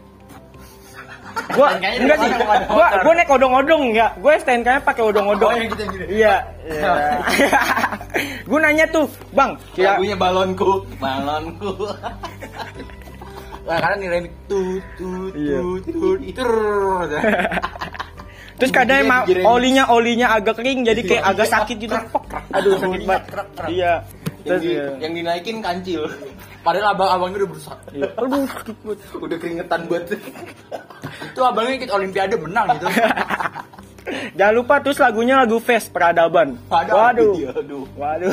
gua Kayaknya enggak dia sih. mau ada Gua motor. gua naik odong-odong enggak. Gua S T N K-nya pakai odong-odong. Oh, yang gitu, yang gitu. Iya. Iya. Gua nanya tuh, "Bang, kira Lagunya balonku, balonku. Nah, karena nilai tut tut Iya. tut tut terus. terus kadang emang Gini, gini. olinya olinya agak kering jadi kayak agak sakit gitu. Aduh, sakit banget. Iya. Yang, Terus di, iya. yang dinaikin kancil. Padahal abang-abangnya udah berusaha. Iya. Aduh, sakit banget. Udah keringetan buat. Itu abangnya ikut olimpiade menang gitu. Jangan lupa terus lagunya lagu Fest Peradaban. Waduh. Waduh. Iya, aduh. Waduh.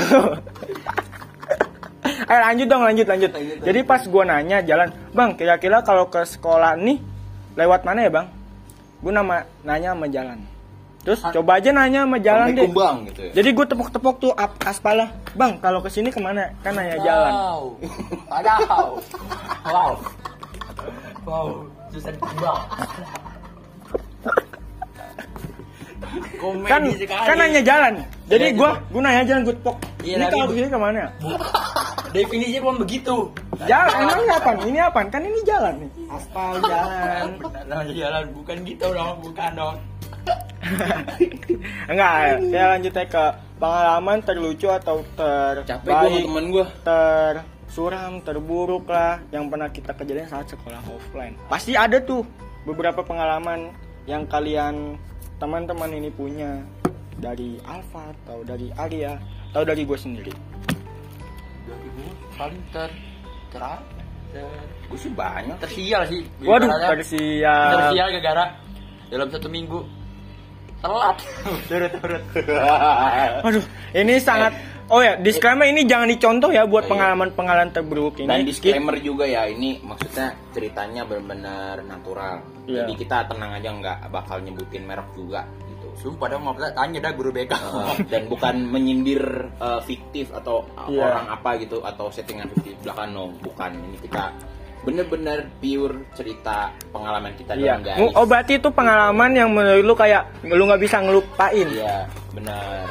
Eh lanjut dong, lanjut, lanjut. Lanjut, Jadi pas gua nanya jalan, "Bang, kira-kira kalau ke sekolah nih lewat mana ya, Bang?" Gua nama nanya sama jalan. Terus coba aja nanya sama jalan Naik deh. kumbang gitu ya. Jadi gue tepok-tepok tuh ap- aspalnya, "Bang, kalau ke sini kemana?" Kan nanya jalan. Wow. Wow. Wow. Wow. Susah dikembang. Komedi Kan sekali. kan nanya jalan. Jadi Iya, gua gua nanya jalan gue tepok. Iya, Ini tapi kalau bu- ke sini kemana? Definisinya bukan begitu. Jalan, emang ini apaan? Ini apaan? Kan ini jalan nih. Aspal jalan. Benar namanya jalan bukan gitu dong, bukan dong. Enggak, ya lanjut aja ke pengalaman terlucu atau Capek gue sama terbaik, temen gue. tersuram, terburuk lah yang pernah kita kejadian saat sekolah offline. Pasti ada tuh beberapa pengalaman yang kalian teman-teman ini punya dari Alfa atau dari Arya atau dari gue sendiri. Dari gue paling ter ter Gue sih banyak. tersial sih. Waduh, Ibaratnya tersial. tersial gara-gara dalam satu minggu telat. Turut-turut. Waduh, ini sangat. Oh ya, disclaimer ini jangan dicontoh ya buat Iya. pengalaman-pengalaman terburuk ini. Dan disclaimer juga ya, ini maksudnya ceritanya benar-benar natural. Iya. Jadi kita tenang aja, nggak bakal nyebutin merek juga gitu. Sumpah dong, mau tanya dah guru B K. Uh, dan bukan menyindir uh, fiktif atau uh, Iya. orang apa gitu atau settingan fiktif belakang, no, bukan. Ini kita bener-bener pure cerita pengalaman kita Iya. doang guys. Oh berarti itu pengalaman yang menurut lu kayak lu nggak bisa ngelupain. Iya, benar.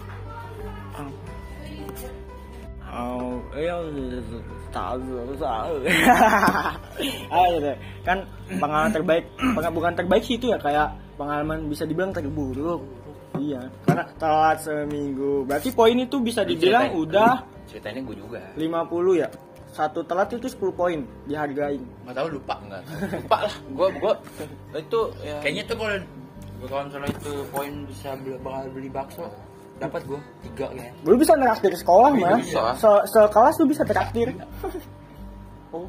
Oh, iya, tahu, tahu. Ah, gitu. Kan pengalaman terbaik, peng- bukan terbaik sih itu ya kayak pengalaman bisa dibilang terburuk. Iya, karena telat seminggu. Berarti poin itu bisa dibilang Ceritain. udah Ceritanya gue juga. lima puluh ya. Satu telat itu sepuluh poin dihargain. Nggak tahu lupa. Enggak. Lupa lah. Gue gue itu ya. Kayaknya tuh kalau kalau misalnya itu poin bisa beli, bakal beli bakso, dapat gue tiga kayaknya. Lu bisa traktir sekolah mah. bisa. Se sekelas lu bisa traktir. Oh.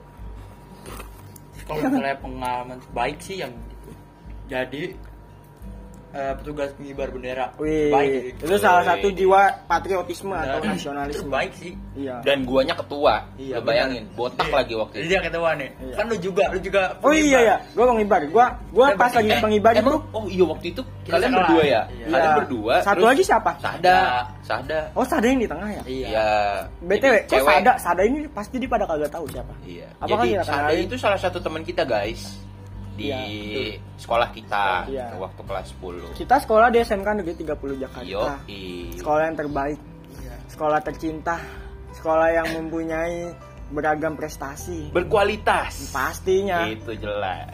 Kalau misalnya pengalaman baik sih yang gitu. Jadi eh, petugas pengibar bendera Wih, baik itu salah satu jiwa patriotisme atau Dan nasionalisme. terbaik sih. Iya. Dan guanya ketua. Iya, Lu bayangin, benar. botak Iya. lagi waktu Jadi itu. dia ketua nih. Iya. Kan lu juga, lu juga Oh iya pengibar. ya, gua pengibar. Gua gua Eh, pas lagi eh, pengibar itu. Emang oh iya waktu itu Kita kalian sekelas. berdua ya? Iya. Kalian Iya. berdua. Satu terus lagi siapa? Sada, Sada. Oh, Sada yang di tengah ya? Iya. Iya. B T W, Jadi kok cewek. Sada? Sada ini pasti dia pada kagak tahu siapa. Iya. Apakah Jadi kita Sada kenalin? itu salah satu teman kita guys di Iya, sekolah kita Iya. waktu kelas sepuluh. Kita sekolah di S M K Negeri tiga puluh Jakarta. Yo, Sekolah yang terbaik, Iya. sekolah tercinta, sekolah yang mempunyai beragam prestasi. berkualitas. Pastinya. Itu jelas.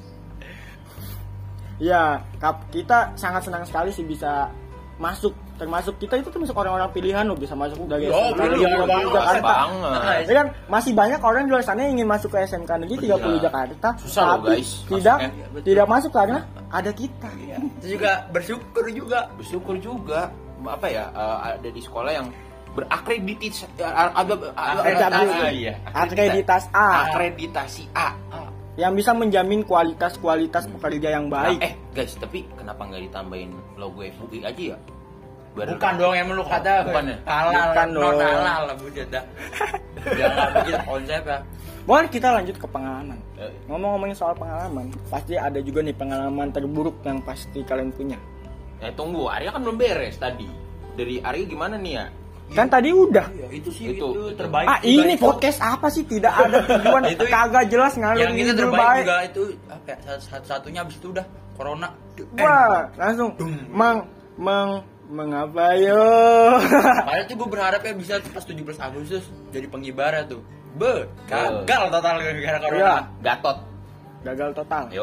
Ya, kap- kita sangat senang sekali sih bisa masuk, termasuk kita itu termasuk orang-orang pilihan loh bisa masuk dari Oh, S M K Negeri pilihan tiga puluh banget. Jakarta. banget. Ya kan masih banyak orang di luar sana yang ingin masuk ke S M K Negeri tiga puluh Iya. Jakarta, Susah loh, tapi guys, tidak masuknya. tidak masuk karena ada kita. Iya. Itu juga bersyukur juga. Bersyukur juga apa ya eh, ada di sekolah yang berakreditasi ada Akreditasi. iya. Akreditas A Akreditasi A. yang bisa menjamin kualitas-kualitas pekerja yang Nah, baik. eh guys, tapi kenapa nggak ditambahin logo F U I aja ya? Biar- Bukan dong yang lu kata. Bukan ya? Halal. Bukan non dong. halal lah bu dah. Jangan begitu konsep ya. Boleh kita lanjut ke pengalaman. Eh, Ngomong-ngomongin soal pengalaman, pasti ada juga nih pengalaman terburuk yang pasti kalian punya. Eh tunggu, Arya kan belum beres tadi. Dari Arya gimana nih ya? Kan tadi udah. Iya, itu sih Itu, itu, itu. terbaik. Ah, sih, ini baik. podcast apa sih? Tidak ada tujuan, Itu kagak jelas ngalur yang kita ngidul terbaik baik. juga itu apa ya, satu-satunya abis itu udah corona. Wah, langsung mang mang mengapa yo? Padahal tuh gue berharap ya bisa pas tujuh belas Agustus jadi pengibaran tuh. Be, gagal total gara-gara corona. Iya. Gatot. Gagal total. Yo,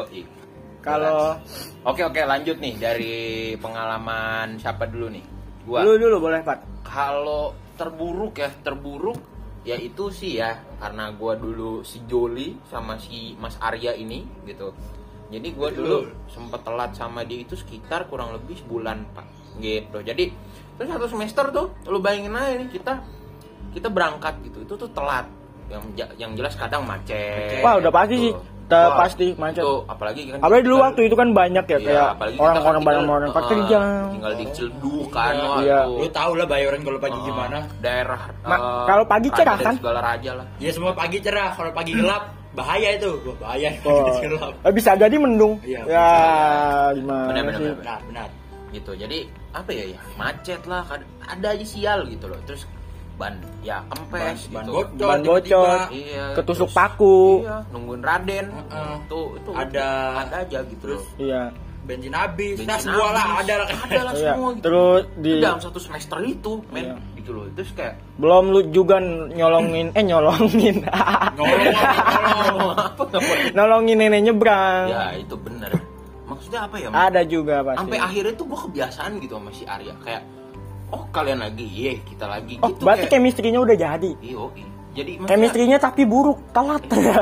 Kalau Oke oke lanjut nih dari pengalaman siapa dulu nih? Gua. dulu dulu boleh, Pak. Kalau terburuk ya, terburuk ya itu sih ya karena gua dulu si Joli sama si Mas Arya ini gitu. Jadi gua dulu sempet telat sama dia itu sekitar kurang lebih sebulan, Pak. Gitu. Jadi terus satu semester tuh lu bayangin aja nih kita kita berangkat gitu. Itu tuh telat. Yang yang jelas kadang macet. Wah, udah pasti sih. Tuh. Te- Wah, pasti macet. itu apalagi kan Apalagi dulu kita- waktu itu kan banyak ya Iya, kayak apalagi kita orang-orang kan tinggal, bareng-bareng eh, pekerja. tinggal di Ciledug kan, wah, Iya. itu, Lu tau lah bayaran kalau pagi eh, gimana. daerah Ma- eh, kalau pagi raja cerah dari kan? segala raja lah. Ya semua pagi cerah, kalau pagi gelap bahaya itu. Wah, bahaya Oh, pagi gelap. eh, bisa jadi mendung. Iya, Ya, bisa. gimana Benar, benar, sih? benar. Benar, benar. Gitu. Jadi apa ya ya macet lah, kad- ada aja sial gitu loh. Terus ban ya kempes Ban gitu. bocor, Ban tiba-tiba. bocor. Iya, Ketusuk terus- paku. Iya, nungguin Raden. Heeh. Itu itu Ada- ada aja gitu terus loh. Iya. bensin habis. Bensin Nah, semua lah habis. ada lah. Ada lah Iya. semua gitu. Terus di Itu dalam satu semester itu, men, Iya. gitu loh. Terus kayak belum lu juga nyolongin eh nyolongin. Nolong, nolong. apa nggak Nolongin nenek nyebrang. Ya itu bener. Maksudnya apa ya? Ada juga pasti. Sampai akhirnya tuh gue kebiasaan gitu sama si Arya. Kayak, oh kalian lagi, iya kita lagi. Oh, gitu berarti kayak, chemistry-nya udah jadi. iyo, iya. Jadi maksudnya, Chemistry-nya tapi buruk, telat.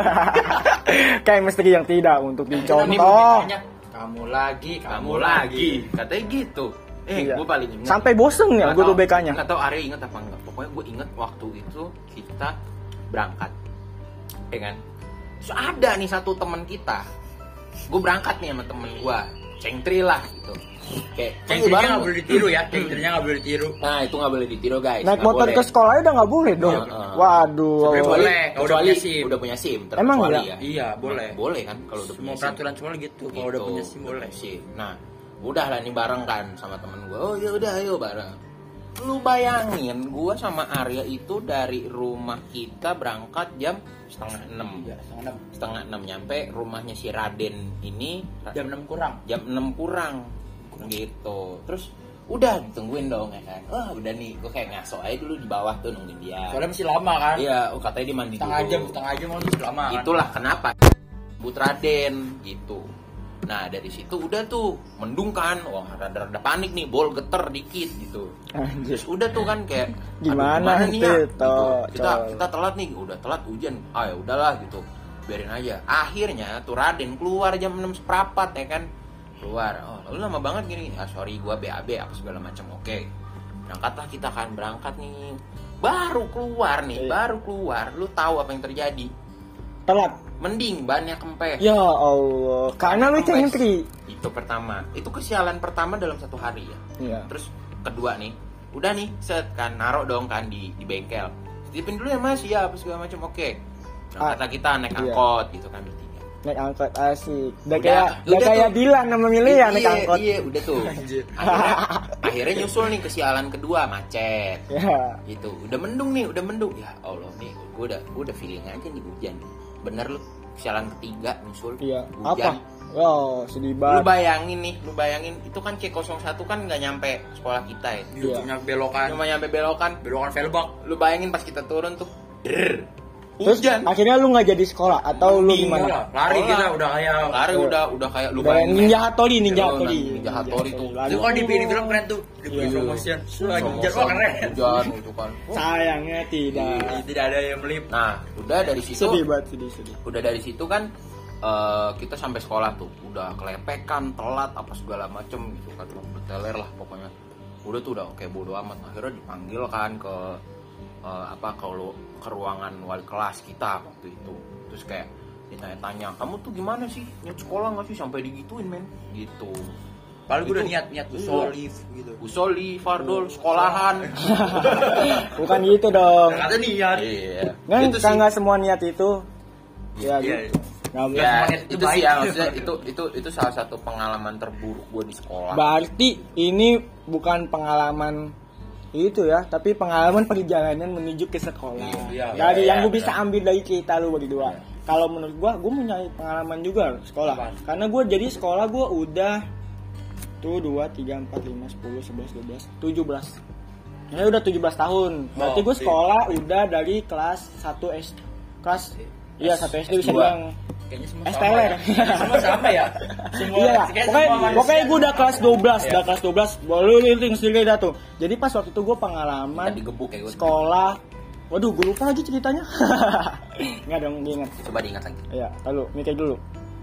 Chemistry yang tidak untuk Ini dicontoh. beritanya, kamu lagi, kamu lagi. Katanya gitu. Eh, Iya. gue paling ingat. Sampai bosen ya Nggak guru tahu- B K-nya. Nggak tahu Arya inget apa enggak. Pokoknya gue inget waktu itu kita berangkat. Ya kan? Terus ada nih satu teman kita. Gue berangkat nih sama temen gue. Cengtri lah gitu. Kayak Cengtrinya bareng. nggak boleh ditiru ya, cengtrinya nggak boleh ditiru. Nah itu nggak boleh ditiru guys. Naik Nggak motor boleh. ke sekolah udah nggak boleh dong. Iya, uh. Waduh. Sebenarnya boleh. kalau udah Kecuali punya SIM. udah punya SIM. Emang terkecuali iya? ya. Iya, boleh. Nah, boleh kan kalau udah Semua punya SIM. peraturan sekolah gitu, kalau udah Gitu, punya SIM udah boleh. punya SIM. Nah, udah lah nih bareng kan sama temen gue. Oh ya udah ayo bareng. Lu bayangin, gua sama Arya itu dari rumah kita berangkat jam setengah enam. Ya, setengah enam. Setengah enam nyampe rumahnya si Raden ini Jam enam kurang. jam enam kurang gitu. Terus udah ditungguin dong ya kan. Wah udah nih, gue kayak ngaso aja dulu di bawah tuh nungguin dia. Soalnya masih lama kan. Iya, oh katanya dia mandi Setengah dulu. jam, setengah jam masih lama kan. Itulah kenapa but Raden gitu. Nah dari situ udah tuh mendung kan, wah rada-rada panik nih, bol geter dikit gitu. Anjir. Terus udah tuh kan kayak aduh, Gimana nih itu, ya? Gitu. toh, Kita col. kita telat nih, udah telat hujan. Ah ya udahlah gitu, biarin aja. Akhirnya tuh Raden keluar jam enam seperempat ya kan, keluar. Oh lalu lama banget gini. Ah sorry gua B A B apa segala macam. Oke, berangkatlah kita kan berangkat nih. Baru keluar nih, Iya. baru keluar. Lu tahu apa yang terjadi? Telat. Mending bannya kempes. Ya Allah, karena lu Kempes. cengtri. Itu pertama. Itu kesialan pertama dalam satu hari ya. Iya. Terus kedua nih, udah nih set kan naruh dong kan di di bengkel. Titipin dulu ya Mas, ya apa segala macam. Oke. Nah, Ah, kata kita naik iya. angkot gitu kan bertiga. Naik angkot asik. Udah, Udah, kayak udah udah kayak tuh. Dilan nama milih ya naik Iya, angkot. Iya, udah tuh. akhirnya, akhirnya nyusul nih kesialan kedua macet. Ya. Gitu. Udah mendung nih, udah mendung. Ya Allah nih, gue udah gue udah feeling aja nih hujan. Bener lu kesialan ketiga nyusul Iya. Apa? hujan. Oh, sedih Lu banget. bayangin nih, lu bayangin itu kan C nol satu kan nggak nyampe sekolah kita ya. Iya. Cuma belokan. Cuma nyampe belokan. Belokan velbak. Lu bayangin pas kita turun tuh, der, Terus hujan. akhirnya lu nggak jadi sekolah atau lu Mending gimana? lah. Lari Sekolah. kita udah kayak Lari Iya. udah udah kayak lu Udah bayangin. Ninja Hattori, Ninja Iya, Hattori. Ninja Hattori tuh. Lari. itu kan di di film keren tuh. Di Iya. slow motion. Lagi Sama hujan wah keren. Hujan itu kan. Sayangnya tidak. Iya, tidak ada yang melip. Nah, udah dari situ Sedih banget, sedih, sedih. udah dari situ kan eh, kita sampai sekolah tuh udah kelepekan, telat apa segala macem gitu kan, berteler lah pokoknya. Udah tuh udah kayak bodo amat. Akhirnya dipanggil kan ke eh, apa kalau ke ruangan wali kelas kita waktu itu. Terus kayak ditanya-tanya, kamu tuh gimana sih niat sekolah nggak sih sampai digituin men gitu. Padahal gue udah Itu. niat niat Iya. usolif gitu. Usoli, Fardol, sekolahan. Bukan gitu dong. Kata niat. Iya. Kan Itu sih. nggak semua niat itu. Ya, Iya. gitu. Nggak boleh. Ya, Semangat itu itu sih baik. ya maksudnya itu itu itu salah satu pengalaman terburuk gue di sekolah. Berarti ini bukan pengalaman itu ya, tapi pengalaman perjalanan menuju ke sekolah. Iya, Dari iya, yang gue iya, bisa ambil dari cerita lu berdua. Kalau menurut gue, gue punya pengalaman juga sekolah. Apaan? Karena gue jadi sekolah gue udah tuh dua, tiga, empat, lima, sepuluh, sebelas, dua belas, tujuh belas. Ya udah tujuh belas tahun. Berarti Oh, gue iya. sekolah udah dari kelas satu S kelas iya satu S D bisa S dua. bilang. Kayaknya semua S sama Teler. ya. Semua sama ya. Semua Iya, kayaknya pokoknya, semua manusia. pokoknya gue udah kelas dua belas, Iya. udah kelas dua belas, baru itu yang sendiri dah tuh. Jadi pas waktu itu gue pengalaman Tadi gebuk ya gue. sekolah, waduh gue lupa lagi ceritanya. Nggak dong, diingat. Coba diingat lagi. Iya, lalu mikir dulu.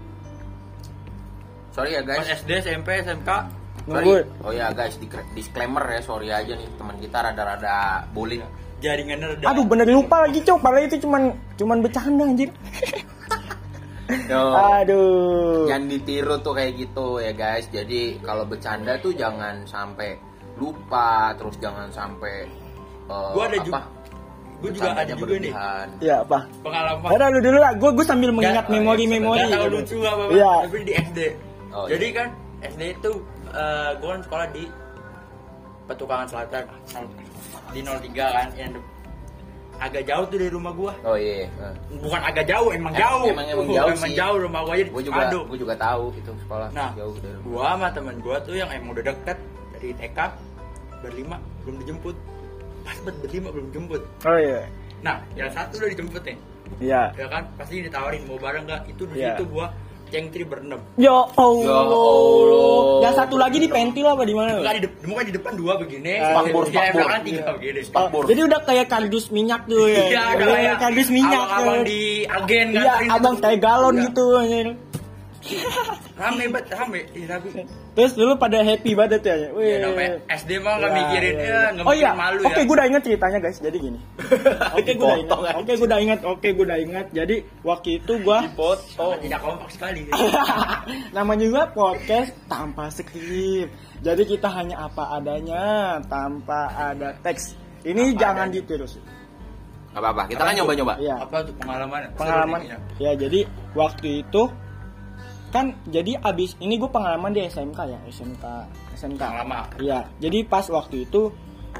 Sorry ya Pas guys. S D, S M P, S M K. Nunggu. Sorry. Oh ya guys, di disclaimer ya, sorry aja nih teman kita rada-rada bullying. Jaringannya reda. Aduh bener lupa lagi cok, padahal itu cuman cuman bercanda anjir. Yo. Aduh. Jangan ditiru tuh kayak gitu ya guys. Jadi kalau bercanda tuh jangan sampai lupa, terus jangan sampai eh, Gua ada apa? juga- Gue juga ada bercandanya juga nih berlebihan. Iya apa? pengalaman. Ada lu dulu lah, gue gue sambil mengingat Nggak, memori-memori. Gak tau gitu. lucu apa Iya. tapi di S D. Oh, Jadi iya. kan S D itu eh, gue kan sekolah di Petukangan Selatan di nol tiga kan yang de- agak jauh tuh dari rumah gua. Oh iya. Eh. Bukan agak jauh, emang Em- jauh. emang- emang jauh emang sih. jauh rumah gua aja di Gue juga, Cipadu. gue juga tahu itu sekolah Nah, jauh dari rumah. gua sama temen gua tuh yang emang udah deket dari T K berlima belum dijemput. Pas buat berlima belum dijemput. Oh iya. Nah, yang satu udah dijemput nih. Iya. Ya kan, pasti ditawarin mau bareng nggak? Itu di Iya. situ gua cengtri berenam. Ya Allah. Ya Allah. Yang satu lagi di pentil apa di mana? Enggak di depan, mungkin di depan dua begini. Ah, spakbor, Di spakbor. belakang tiga begini. Oh, Spakbor. jadi udah kayak kardus minyak tuh ya. Iya, udah Udah kayak kardus minyak abang-abang tuh. di agen Iya, nganterin abang gitu. kayak galon Iya. gitu anjir. Rame banget, rame. Ih, rapi. Terus dulu pada happy banget ya. Wih. Ya namanya S D mah nggak Ya, mikirin ya, ya, ya. nggak Oh iya, mikirin malu oke ya. gue udah ingat ceritanya guys. Jadi gini. Oke gue udah ingat. Dipotong aja. Oke gue udah ingat. Oke gue udah ingat. Jadi waktu itu gue Sangat tidak kompak sekali. namanya juga podcast tanpa skrip. Jadi kita hanya apa adanya tanpa ada teks. Ini Apa jangan adanya. ditiru. Gak apa-apa, kita kan nyoba-nyoba. Iya. Apa tuh pengalaman? Pengalaman. Seru nih, ya. Ya jadi waktu itu kan jadi abis ini gue pengalaman di S M K ya S M K S M K. Yang lama. Iya. Jadi pas waktu itu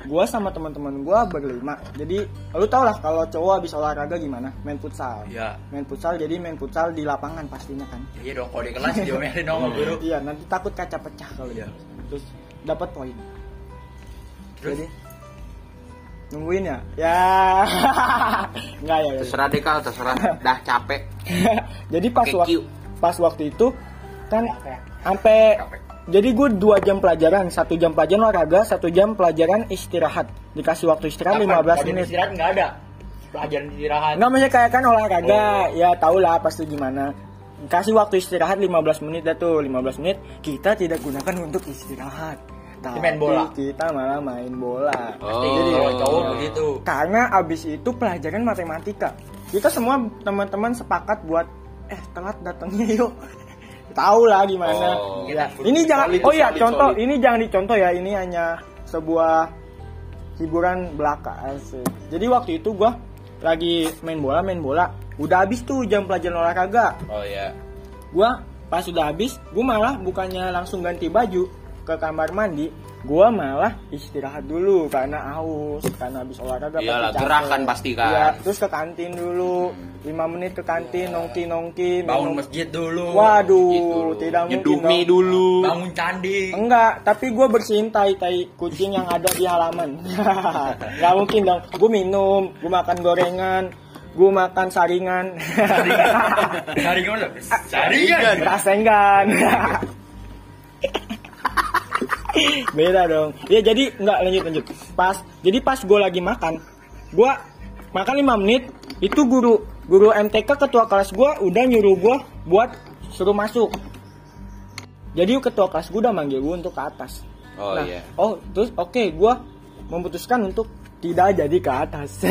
gua sama teman-teman gua berlima. Jadi lu tau lah kalau cowok habis olahraga gimana? Main futsal. Iya. Main futsal, jadi main futsal di lapangan pastinya kan. Iya dong, kalau di kelas diomelin dong sama guru. Iya, nanti takut kaca pecah kalau Iya. dia. Terus dapat poin. Terus? Jadi nungguin ya? Ya. Enggak ya. ya. Terserah deh Kal, terserah. Dah capek. Jadi pas Thank waktu you. pas waktu itu kan sampai jadi gue dua jam pelajaran, satu jam pelajaran olahraga, satu jam pelajaran istirahat. Dikasih waktu istirahat lima belas menit. Istirahat nggak ada. Pelajaran istirahat. Namanya kayak kan olahraga, Oh. ya tau lah pasti gimana. Kasih waktu istirahat lima belas menit dah tuh, lima belas menit kita tidak gunakan untuk istirahat. Tapi main bola. kita malah main bola. Oh. Jadi kalau cowok begitu. Karena abis itu pelajaran matematika. Kita semua teman-teman sepakat buat eh telat datangnya yuk. Tahu lah gimana. Oh. Ya. Ini jangan Solid, oh ya solid, contoh, solid. ini jangan dicontoh ya, ini hanya sebuah hiburan belaka asik. Jadi waktu itu gua lagi main bola, main bola. Udah habis tuh jam pelajaran olahraga. Oh ya. Gua pas udah habis, gua malah bukannya langsung ganti baju ke kamar mandi, gua malah istirahat dulu karena haus, karena habis olahraga. Iyalah, pasti capek. gerakan pasti kan. Iya, terus ke kantin dulu, lima menit ke kantin, nongki nongki. Bangun masjid dulu. Waduh, Gitu. tidak mungkin Nyedumi dong. dulu. Bangun candi. Enggak, tapi gue bersihin tai-tai kucing yang ada di halaman. Gak mungkin dong. Gue minum, gue makan gorengan, gue makan saringan. Saringan mana? Saringan. Rasengan. Beda dong. Ya jadi enggak lanjut lanjut. Pas jadi pas gue lagi makan, gue makan lima menit, itu guru guru M T K ketua kelas gue udah nyuruh gue buat suruh masuk. Jadi ketua kelas gue udah manggil gue untuk ke atas. Oh nah, iya. oh terus oke okay, gue memutuskan untuk tidak jadi ke atas.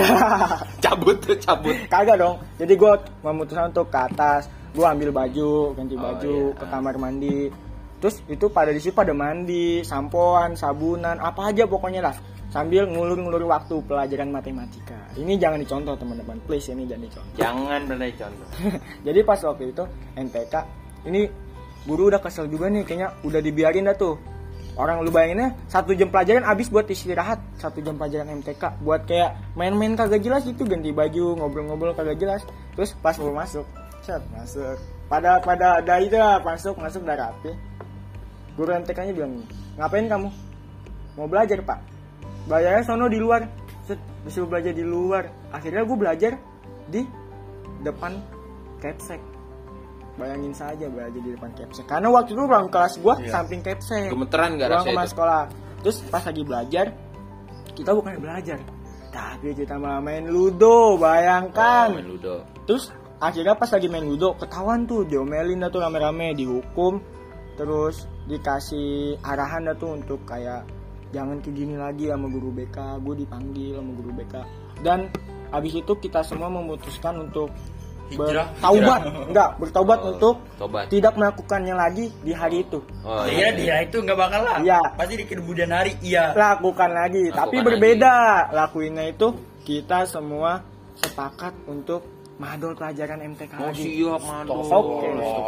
Cabut tuh, cabut. Kagak dong. Jadi gue memutuskan untuk ke atas. Gue ambil baju, ganti Oh, baju, iya. ke kamar mandi. Terus itu pada di situ pada mandi, sampoan, sabunan, apa aja pokoknya lah. Sambil ngulur-ngulur waktu pelajaran matematika. Ini jangan dicontoh teman-teman, please ini jangan dicontoh. Jangan pernah contoh. Jadi pas waktu itu M T K, ini guru udah kesel juga nih, kayaknya udah dibiarin dah tuh. Orang lu bayanginnya satu jam pelajaran habis buat istirahat, satu jam pelajaran M T K buat kayak main-main kagak jelas gitu, ganti baju, ngobrol-ngobrol kagak jelas. Terus pas mau masuk, set masuk. Pada pada ada itu lah, masuk masuk udah rapi. Guru M T K-nya bilang, ngapain kamu? Mau belajar pak? Belajarnya sono di luar. Set, disuruh belajar di luar. Akhirnya gue belajar di depan Capsek. Bayangin saja belajar di depan Capsek. Karena waktu itu ruang kelas gue Iya. samping Capsek. Gemeteran gak Ruang rasanya kelas itu? sekolah. Terus pas lagi belajar, kita bukan belajar, tapi kita malah main ludo. Bayangkan. Oh, main ludo. Terus akhirnya pas lagi main ludo ketahuan tuh, diomelin dah tuh rame-rame, dihukum, terus dikasih arahan dah tuh untuk kayak jangan kayak gini lagi sama guru B K. Gue dipanggil sama guru B K. Dan abis itu kita semua memutuskan untuk Hijrah. bertaubat, enggak bertaubat Oh, untuk tobat. tidak melakukannya lagi di hari itu. Oh Iya iya. dia itu nggak bakal lah. Iya. Pasti di kemudian hari iya. Lakukan lagi, Lakukan tapi lagi. berbeda. Lakuinnya itu kita semua sepakat untuk madol pelajaran M T K Oh lagi. siap, madu. Oke.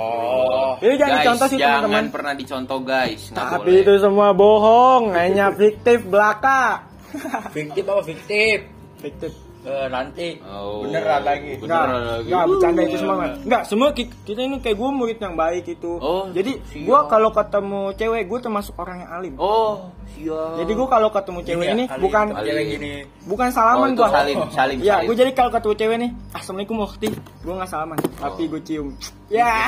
Oh. Ini jangan Guys, dicontoh sih jangan teman-teman. pernah dicontoh guys. Nggak Tapi boleh. itu semua bohong, hanya fiktif belaka. Fiktif apa fiktif? Fiktif. Eh, nanti Oh, beneran lagi. Enggak, beneran lagi. enggak bercanda itu semua. Mas. Enggak, semua ki- kita ini kayak gue murid yang baik itu. Oh, Jadi siap. gue kalau ketemu cewek gue termasuk orang yang alim. Oh, siap. Jadi gue kalau ketemu cewek Gini ini ya, kali bukan itu cewek gini. bukan salaman Oh, itu gua. salim, salim, Iya, salim. gue jadi kalau ketemu cewek nih, assalamualaikum wakti, gue nggak salaman, tapi gue cium. Ya.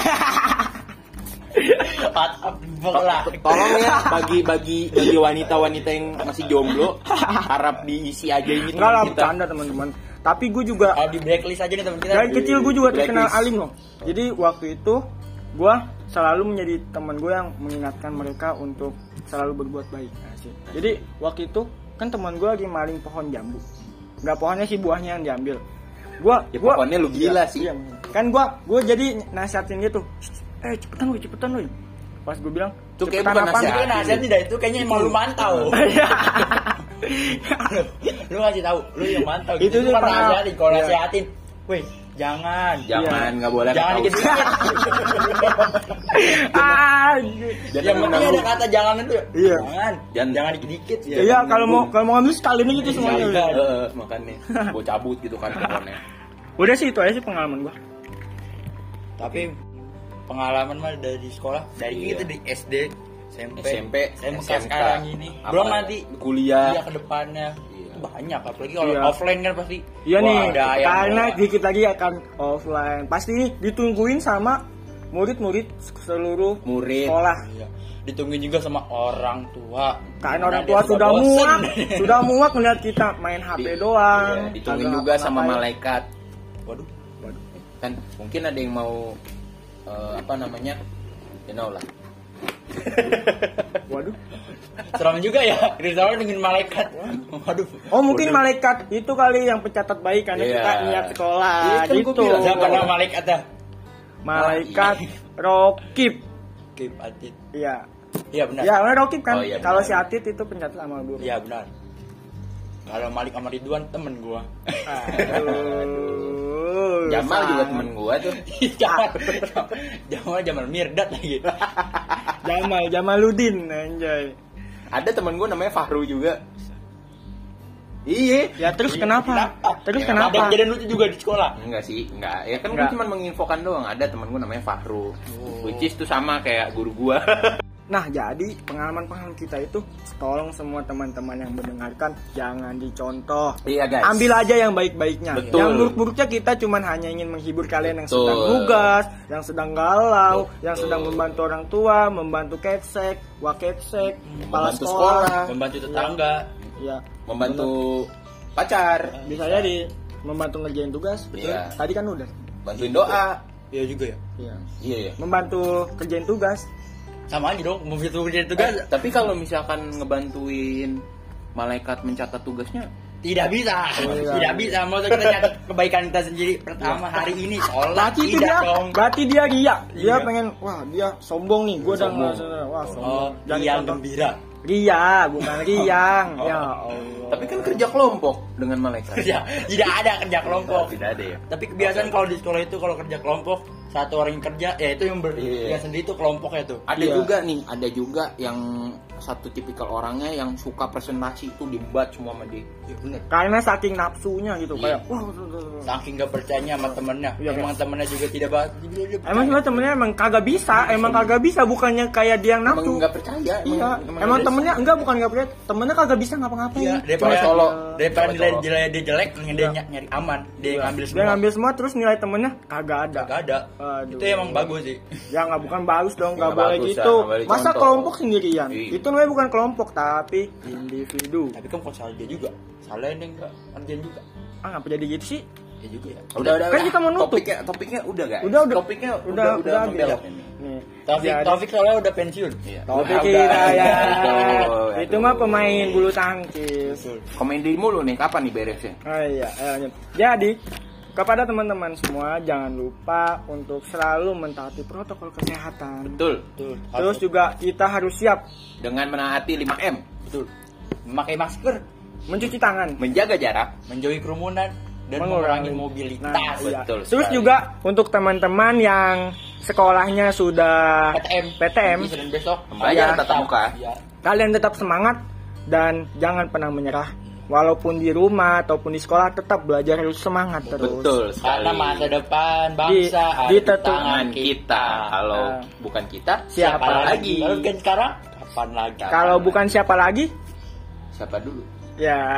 Patap lah. Tolong ya bagi bagi bagi wanita-wanita yang masih jomblo harap diisi aja ini Enggak lah, teman kita. bercanda teman-teman. Tapi gue juga Kalau di blacklist aja nih teman kita. dari kecil gue juga terkenal Blacklist. alim loh. Jadi waktu itu gue selalu menjadi teman gue yang mengingatkan mereka untuk selalu berbuat baik. Asik. Jadi waktu itu kan teman gue lagi maling pohon jambu. Enggak pohonnya sih, buahnya yang diambil. Gua, Ya, gua pokoknya lu gila iya, sih. iya. Kan gua, gua jadi nasihatin gitu. Eh cepetan lu, cepetan lu. Pas gue bilang, Itu kayak cepetan bukan apaan? nasihat. Itu nasihat tidak itu kayaknya emang lu mantau. Iya. Lu ngasih tahu, lu yang mantau. Itu Itu sih kan pernah. nasihatin, kalau Iya. nasihatin Woi, jangan. Jangan, nggak boleh. Jangan ketahuan. dikit-dikit. Ah, Yang penting ada kata jangan itu. Iya. Jangan. Jangan. Jangan dikit-dikit. iya kalau mau kalau mau ngambil sekalian gitu semuanya. Iya. Eh, makanya gue cabut gitu kan teleponnya. Udah sih itu aja sih pengalaman gua. Tapi pengalaman mah dari sekolah, dari Iya. kita di S D, S M P, S M P, S M K S M K, sekarang ini. apa Belum ya, nanti kuliah. Iya ke depannya. Iya. Itu banyak apalagi kalau Iya. offline kan pasti. Iya Wah, nih, ada yang karena bawa. dikit lagi akan offline. Pasti nih ditungguin sama murid-murid seluruh Murid. sekolah. Iya. Ditungguin juga sama orang tua. Karena orang dia tua sudah bosen. muak, sudah muak melihat kita main H P Di- doang. Iya, ditungguin Kagak juga sama ngapa-ngapain. malaikat. Waduh. Kan mungkin ada yang mau eh, apa namanya? You know lah. Waduh. Serem juga ya. Disawer dengan malaikat. Waduh. Oh mungkin malaikat itu kali yang pencatat baik karena Iya. kita niat sekolah Iya, kan gua gitu. bilang, Siapa nama malaikat dah? Malaikat Rokib. Kip Atit. Iya. Iya benar. Ya, namanya Rokib kan. Oh, iya, Kalau benar. si Atit itu pencatat amal buruk. Iya benar. Kalau Malik sama Ridwan temen gua. Aduh. Jamal juga sama. temen gua tuh. Jamal, Jamal, Jamal Mirdad lagi. Jamal, Jamaludin anjay. Ada temen gua namanya Fahru juga. Iya. Ya terus kenapa? Terus Ya, kenapa? Ada kejadian lucu juga di sekolah. Enggak sih, enggak. Ya kan Enggak. gua cuma menginfokan doang. Ada temen gua namanya Fahru. Oh. Which is tuh sama kayak guru gua. Nah, jadi pengalaman-pengalaman kita itu tolong semua teman-teman yang mendengarkan jangan dicontoh. Iya guys. Ambil aja yang baik-baiknya. Betul. Yang buruk-buruknya kita cuman hanya ingin menghibur kalian yang Betul. sedang nugas, yang sedang galau, Betul. yang sedang membantu orang tua, membantu kepsek, wakepsek, kepala Membantu sekolah. sekolah. Membantu tetangga. Ya, Membantu pacar. bisa jadi membantu ngerjain tugas, betul. Iya. Tadi kan udah. Bantuin doa. Iya juga ya. Iya. Iya ya. Membantu kerjain tugas. Sama aja dong, mau itu kerjain tugas. Eh, tapi kalau misalkan ngebantuin malaikat mencatat tugasnya, Tidak bisa, Iya. tidak bisa. Mau kita catat kebaikan kita sendiri pertama hari ini sholat Berarti itu tidak dia, dong. berarti dia ria. Dia Iya. pengen, wah dia sombong nih. Gue udah Sombong. ngerasa, wah sombong. Oh, Jangan yang contoh. gembira. Ria, bukan riang. Oh. Ya Allah. tapi kan kerja kelompok dengan malaikat. Kerja, tidak ada kerja kelompok. Tidak ada ya. Tapi kebiasaan kalau di sekolah itu kalau kerja kelompok satu orang yang kerja, ya itu yang ber, Iya. yang sendiri itu kelompoknya tuh. Ada Iya. juga nih, ada juga yang satu tipikal orangnya yang suka presentasi itu diembat semua sama dia. Ya bener. Karena saking nafsunya gitu, Iya. kayak wah. tuh, tuh, tuh. Saking gak percayanya sama temennya. Iya, Emang temennya juga tidak baik. Emang sebenarnya temennya emang kagak bisa, emang kagak bisa, bukannya kayak dia yang Emang nafsu. nggak percaya. Iya, emang emang nggak temennya enggak bukan nggak percaya, temennya kagak bisa ngapa-ngapain. Iya, Cuma daripada solo. daripada Cuma nilai solo. nilai dia jelek, mending dia Iya. ny- nyari aman. Dia yang ngambil semua. Dia ngambil semua terus nilai temennya kagak ada. Gak ada. Aduh. Itu emang bagus sih. Ya nggak bukan bagus dong, nggak Nggak boleh bagus, gitu. ya, nggak boleh Masa contoh. kelompok sendirian? Iya. Itu namanya bukan kelompok tapi individu. Tapi kan bukan salah dia juga. Salah ini enggak kerjaan juga. Ah ngapa jadi gitu sih? Ya juga ya. Udah, udah, Kan udah. kita mau nutup. Topiknya, topiknya udah guys. Udah, udah. Topiknya Udah, udah, udah, udah, membelok udah. ini. Nih. Taufik, Jadi- Taufik soalnya udah pensiun. Iya. Topik Ah, kita udah. ya. Betul, Itu aduh. mah pemain bulu tangkis. Komedi mulu nih, kapan nih beresnya? Oh iya, ayo lanjut. Jadi kepada teman-teman semua jangan lupa untuk selalu mentaati protokol kesehatan. Betul. Betul. Terus juga kita harus siap Dengan menaati lima M, betul. Memakai masker, mencuci tangan. menjaga jarak. menjauhi kerumunan dan Mengurangi. mengurangi mobilitas. Nah, iya. Betul Terus sekali. juga untuk teman-teman yang sekolahnya sudah P T M. P T M, Senin besok Pembelajaran Iya. tatap muka. Iya. kalian tetap semangat dan jangan pernah menyerah. Walaupun di rumah ataupun di sekolah tetap belajar harus semangat terus. Betul sekali. Karena masa depan bangsa Di- ada di di tetu- tangan kita. Kalau Ah. bukan kita, Siapa lagi? Lalu kan sekarang kapan lagi? Kalau bukan siapa lagi? Siapa dulu? Ya.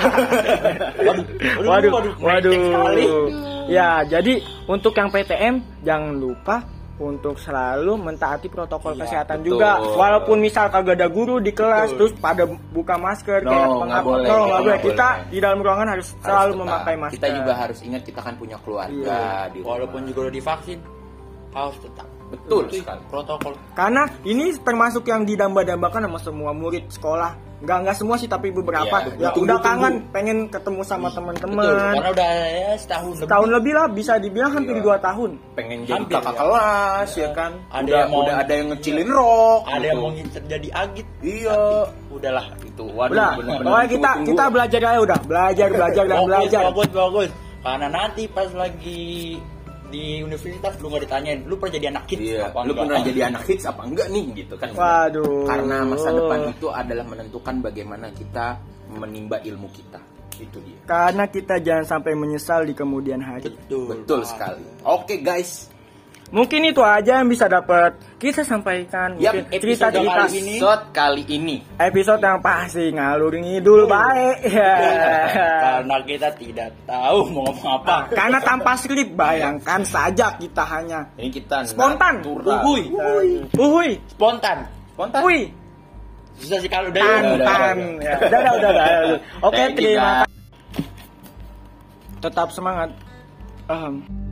Waduh, waduh, waduh, waduh. melenceng sekali. Ya, jadi untuk yang P T M jangan lupa untuk selalu mentaati protokol Iya, kesehatan betul. juga. Walaupun misal kagak ada guru di kelas Betul. terus pada buka masker No, kayak nggak pengap- boleh. no, nggak boleh. Nggak Kita boleh. di dalam ruangan harus Harus selalu tetap. memakai masker. Kita juga harus ingat kita kan punya keluarga Iya. di rumah. Walaupun juga udah divaksin, harus tetap. Betul Itu sekali. protokol. Karena ini termasuk yang didamba-dambakan sama semua murid sekolah. Enggak enggak semua sih tapi beberapa. Iya, Ya ditunggu-tunggu. udah kangen pengen ketemu sama Betul, teman-teman. karena udah ya setahun lebih. Tahun lebih lah bisa dibilang hampir Iya. dua tahun. Pengen jadi Hampir, kakak ya. kelas ya kan. Ada udah yang mau- udah ada yang ngecilin rok. Ada gitu. yang mau ngincer jadi agit. Iya. Udahlah. Itu waduh Udah, bener-bener pokoknya kita tunggu-tunggu. kita belajar aja udah, belajar belajar dan Bagus, belajar. bagus, bagus. Karena nanti pas lagi di universitas lu nggak ditanyain, lu pernah jadi anak hits Iya, apa lu enggak? pernah jadi anak hits apa enggak nih gitu kan? Waduh. Karena masa depan itu adalah menentukan bagaimana kita menimba ilmu kita. Itu dia. Karena kita jangan sampai menyesal di kemudian hari. Betul. Betul sekali. Oke guys. Mungkin itu aja yang bisa dapat kita sampaikan. Yap, Mungkin episode cerita-cerita kali ini. Episode kali ini. Episode yang pasti ngalur ngidul baik. Ya. Karena kita tidak tahu mau ngomong apa. Karena tanpa skrip, bayangkan saja kita hanya Ini kita spontan. natural. Uhuy. Uhuy, Spontan. Spontan. uhuy, Susah sih kalau udah. tan udah, udah, tan. Ya, Udah, udah, udah, udah. Oke, Thank you, terima guys. kasih. Tetap semangat. Ahem.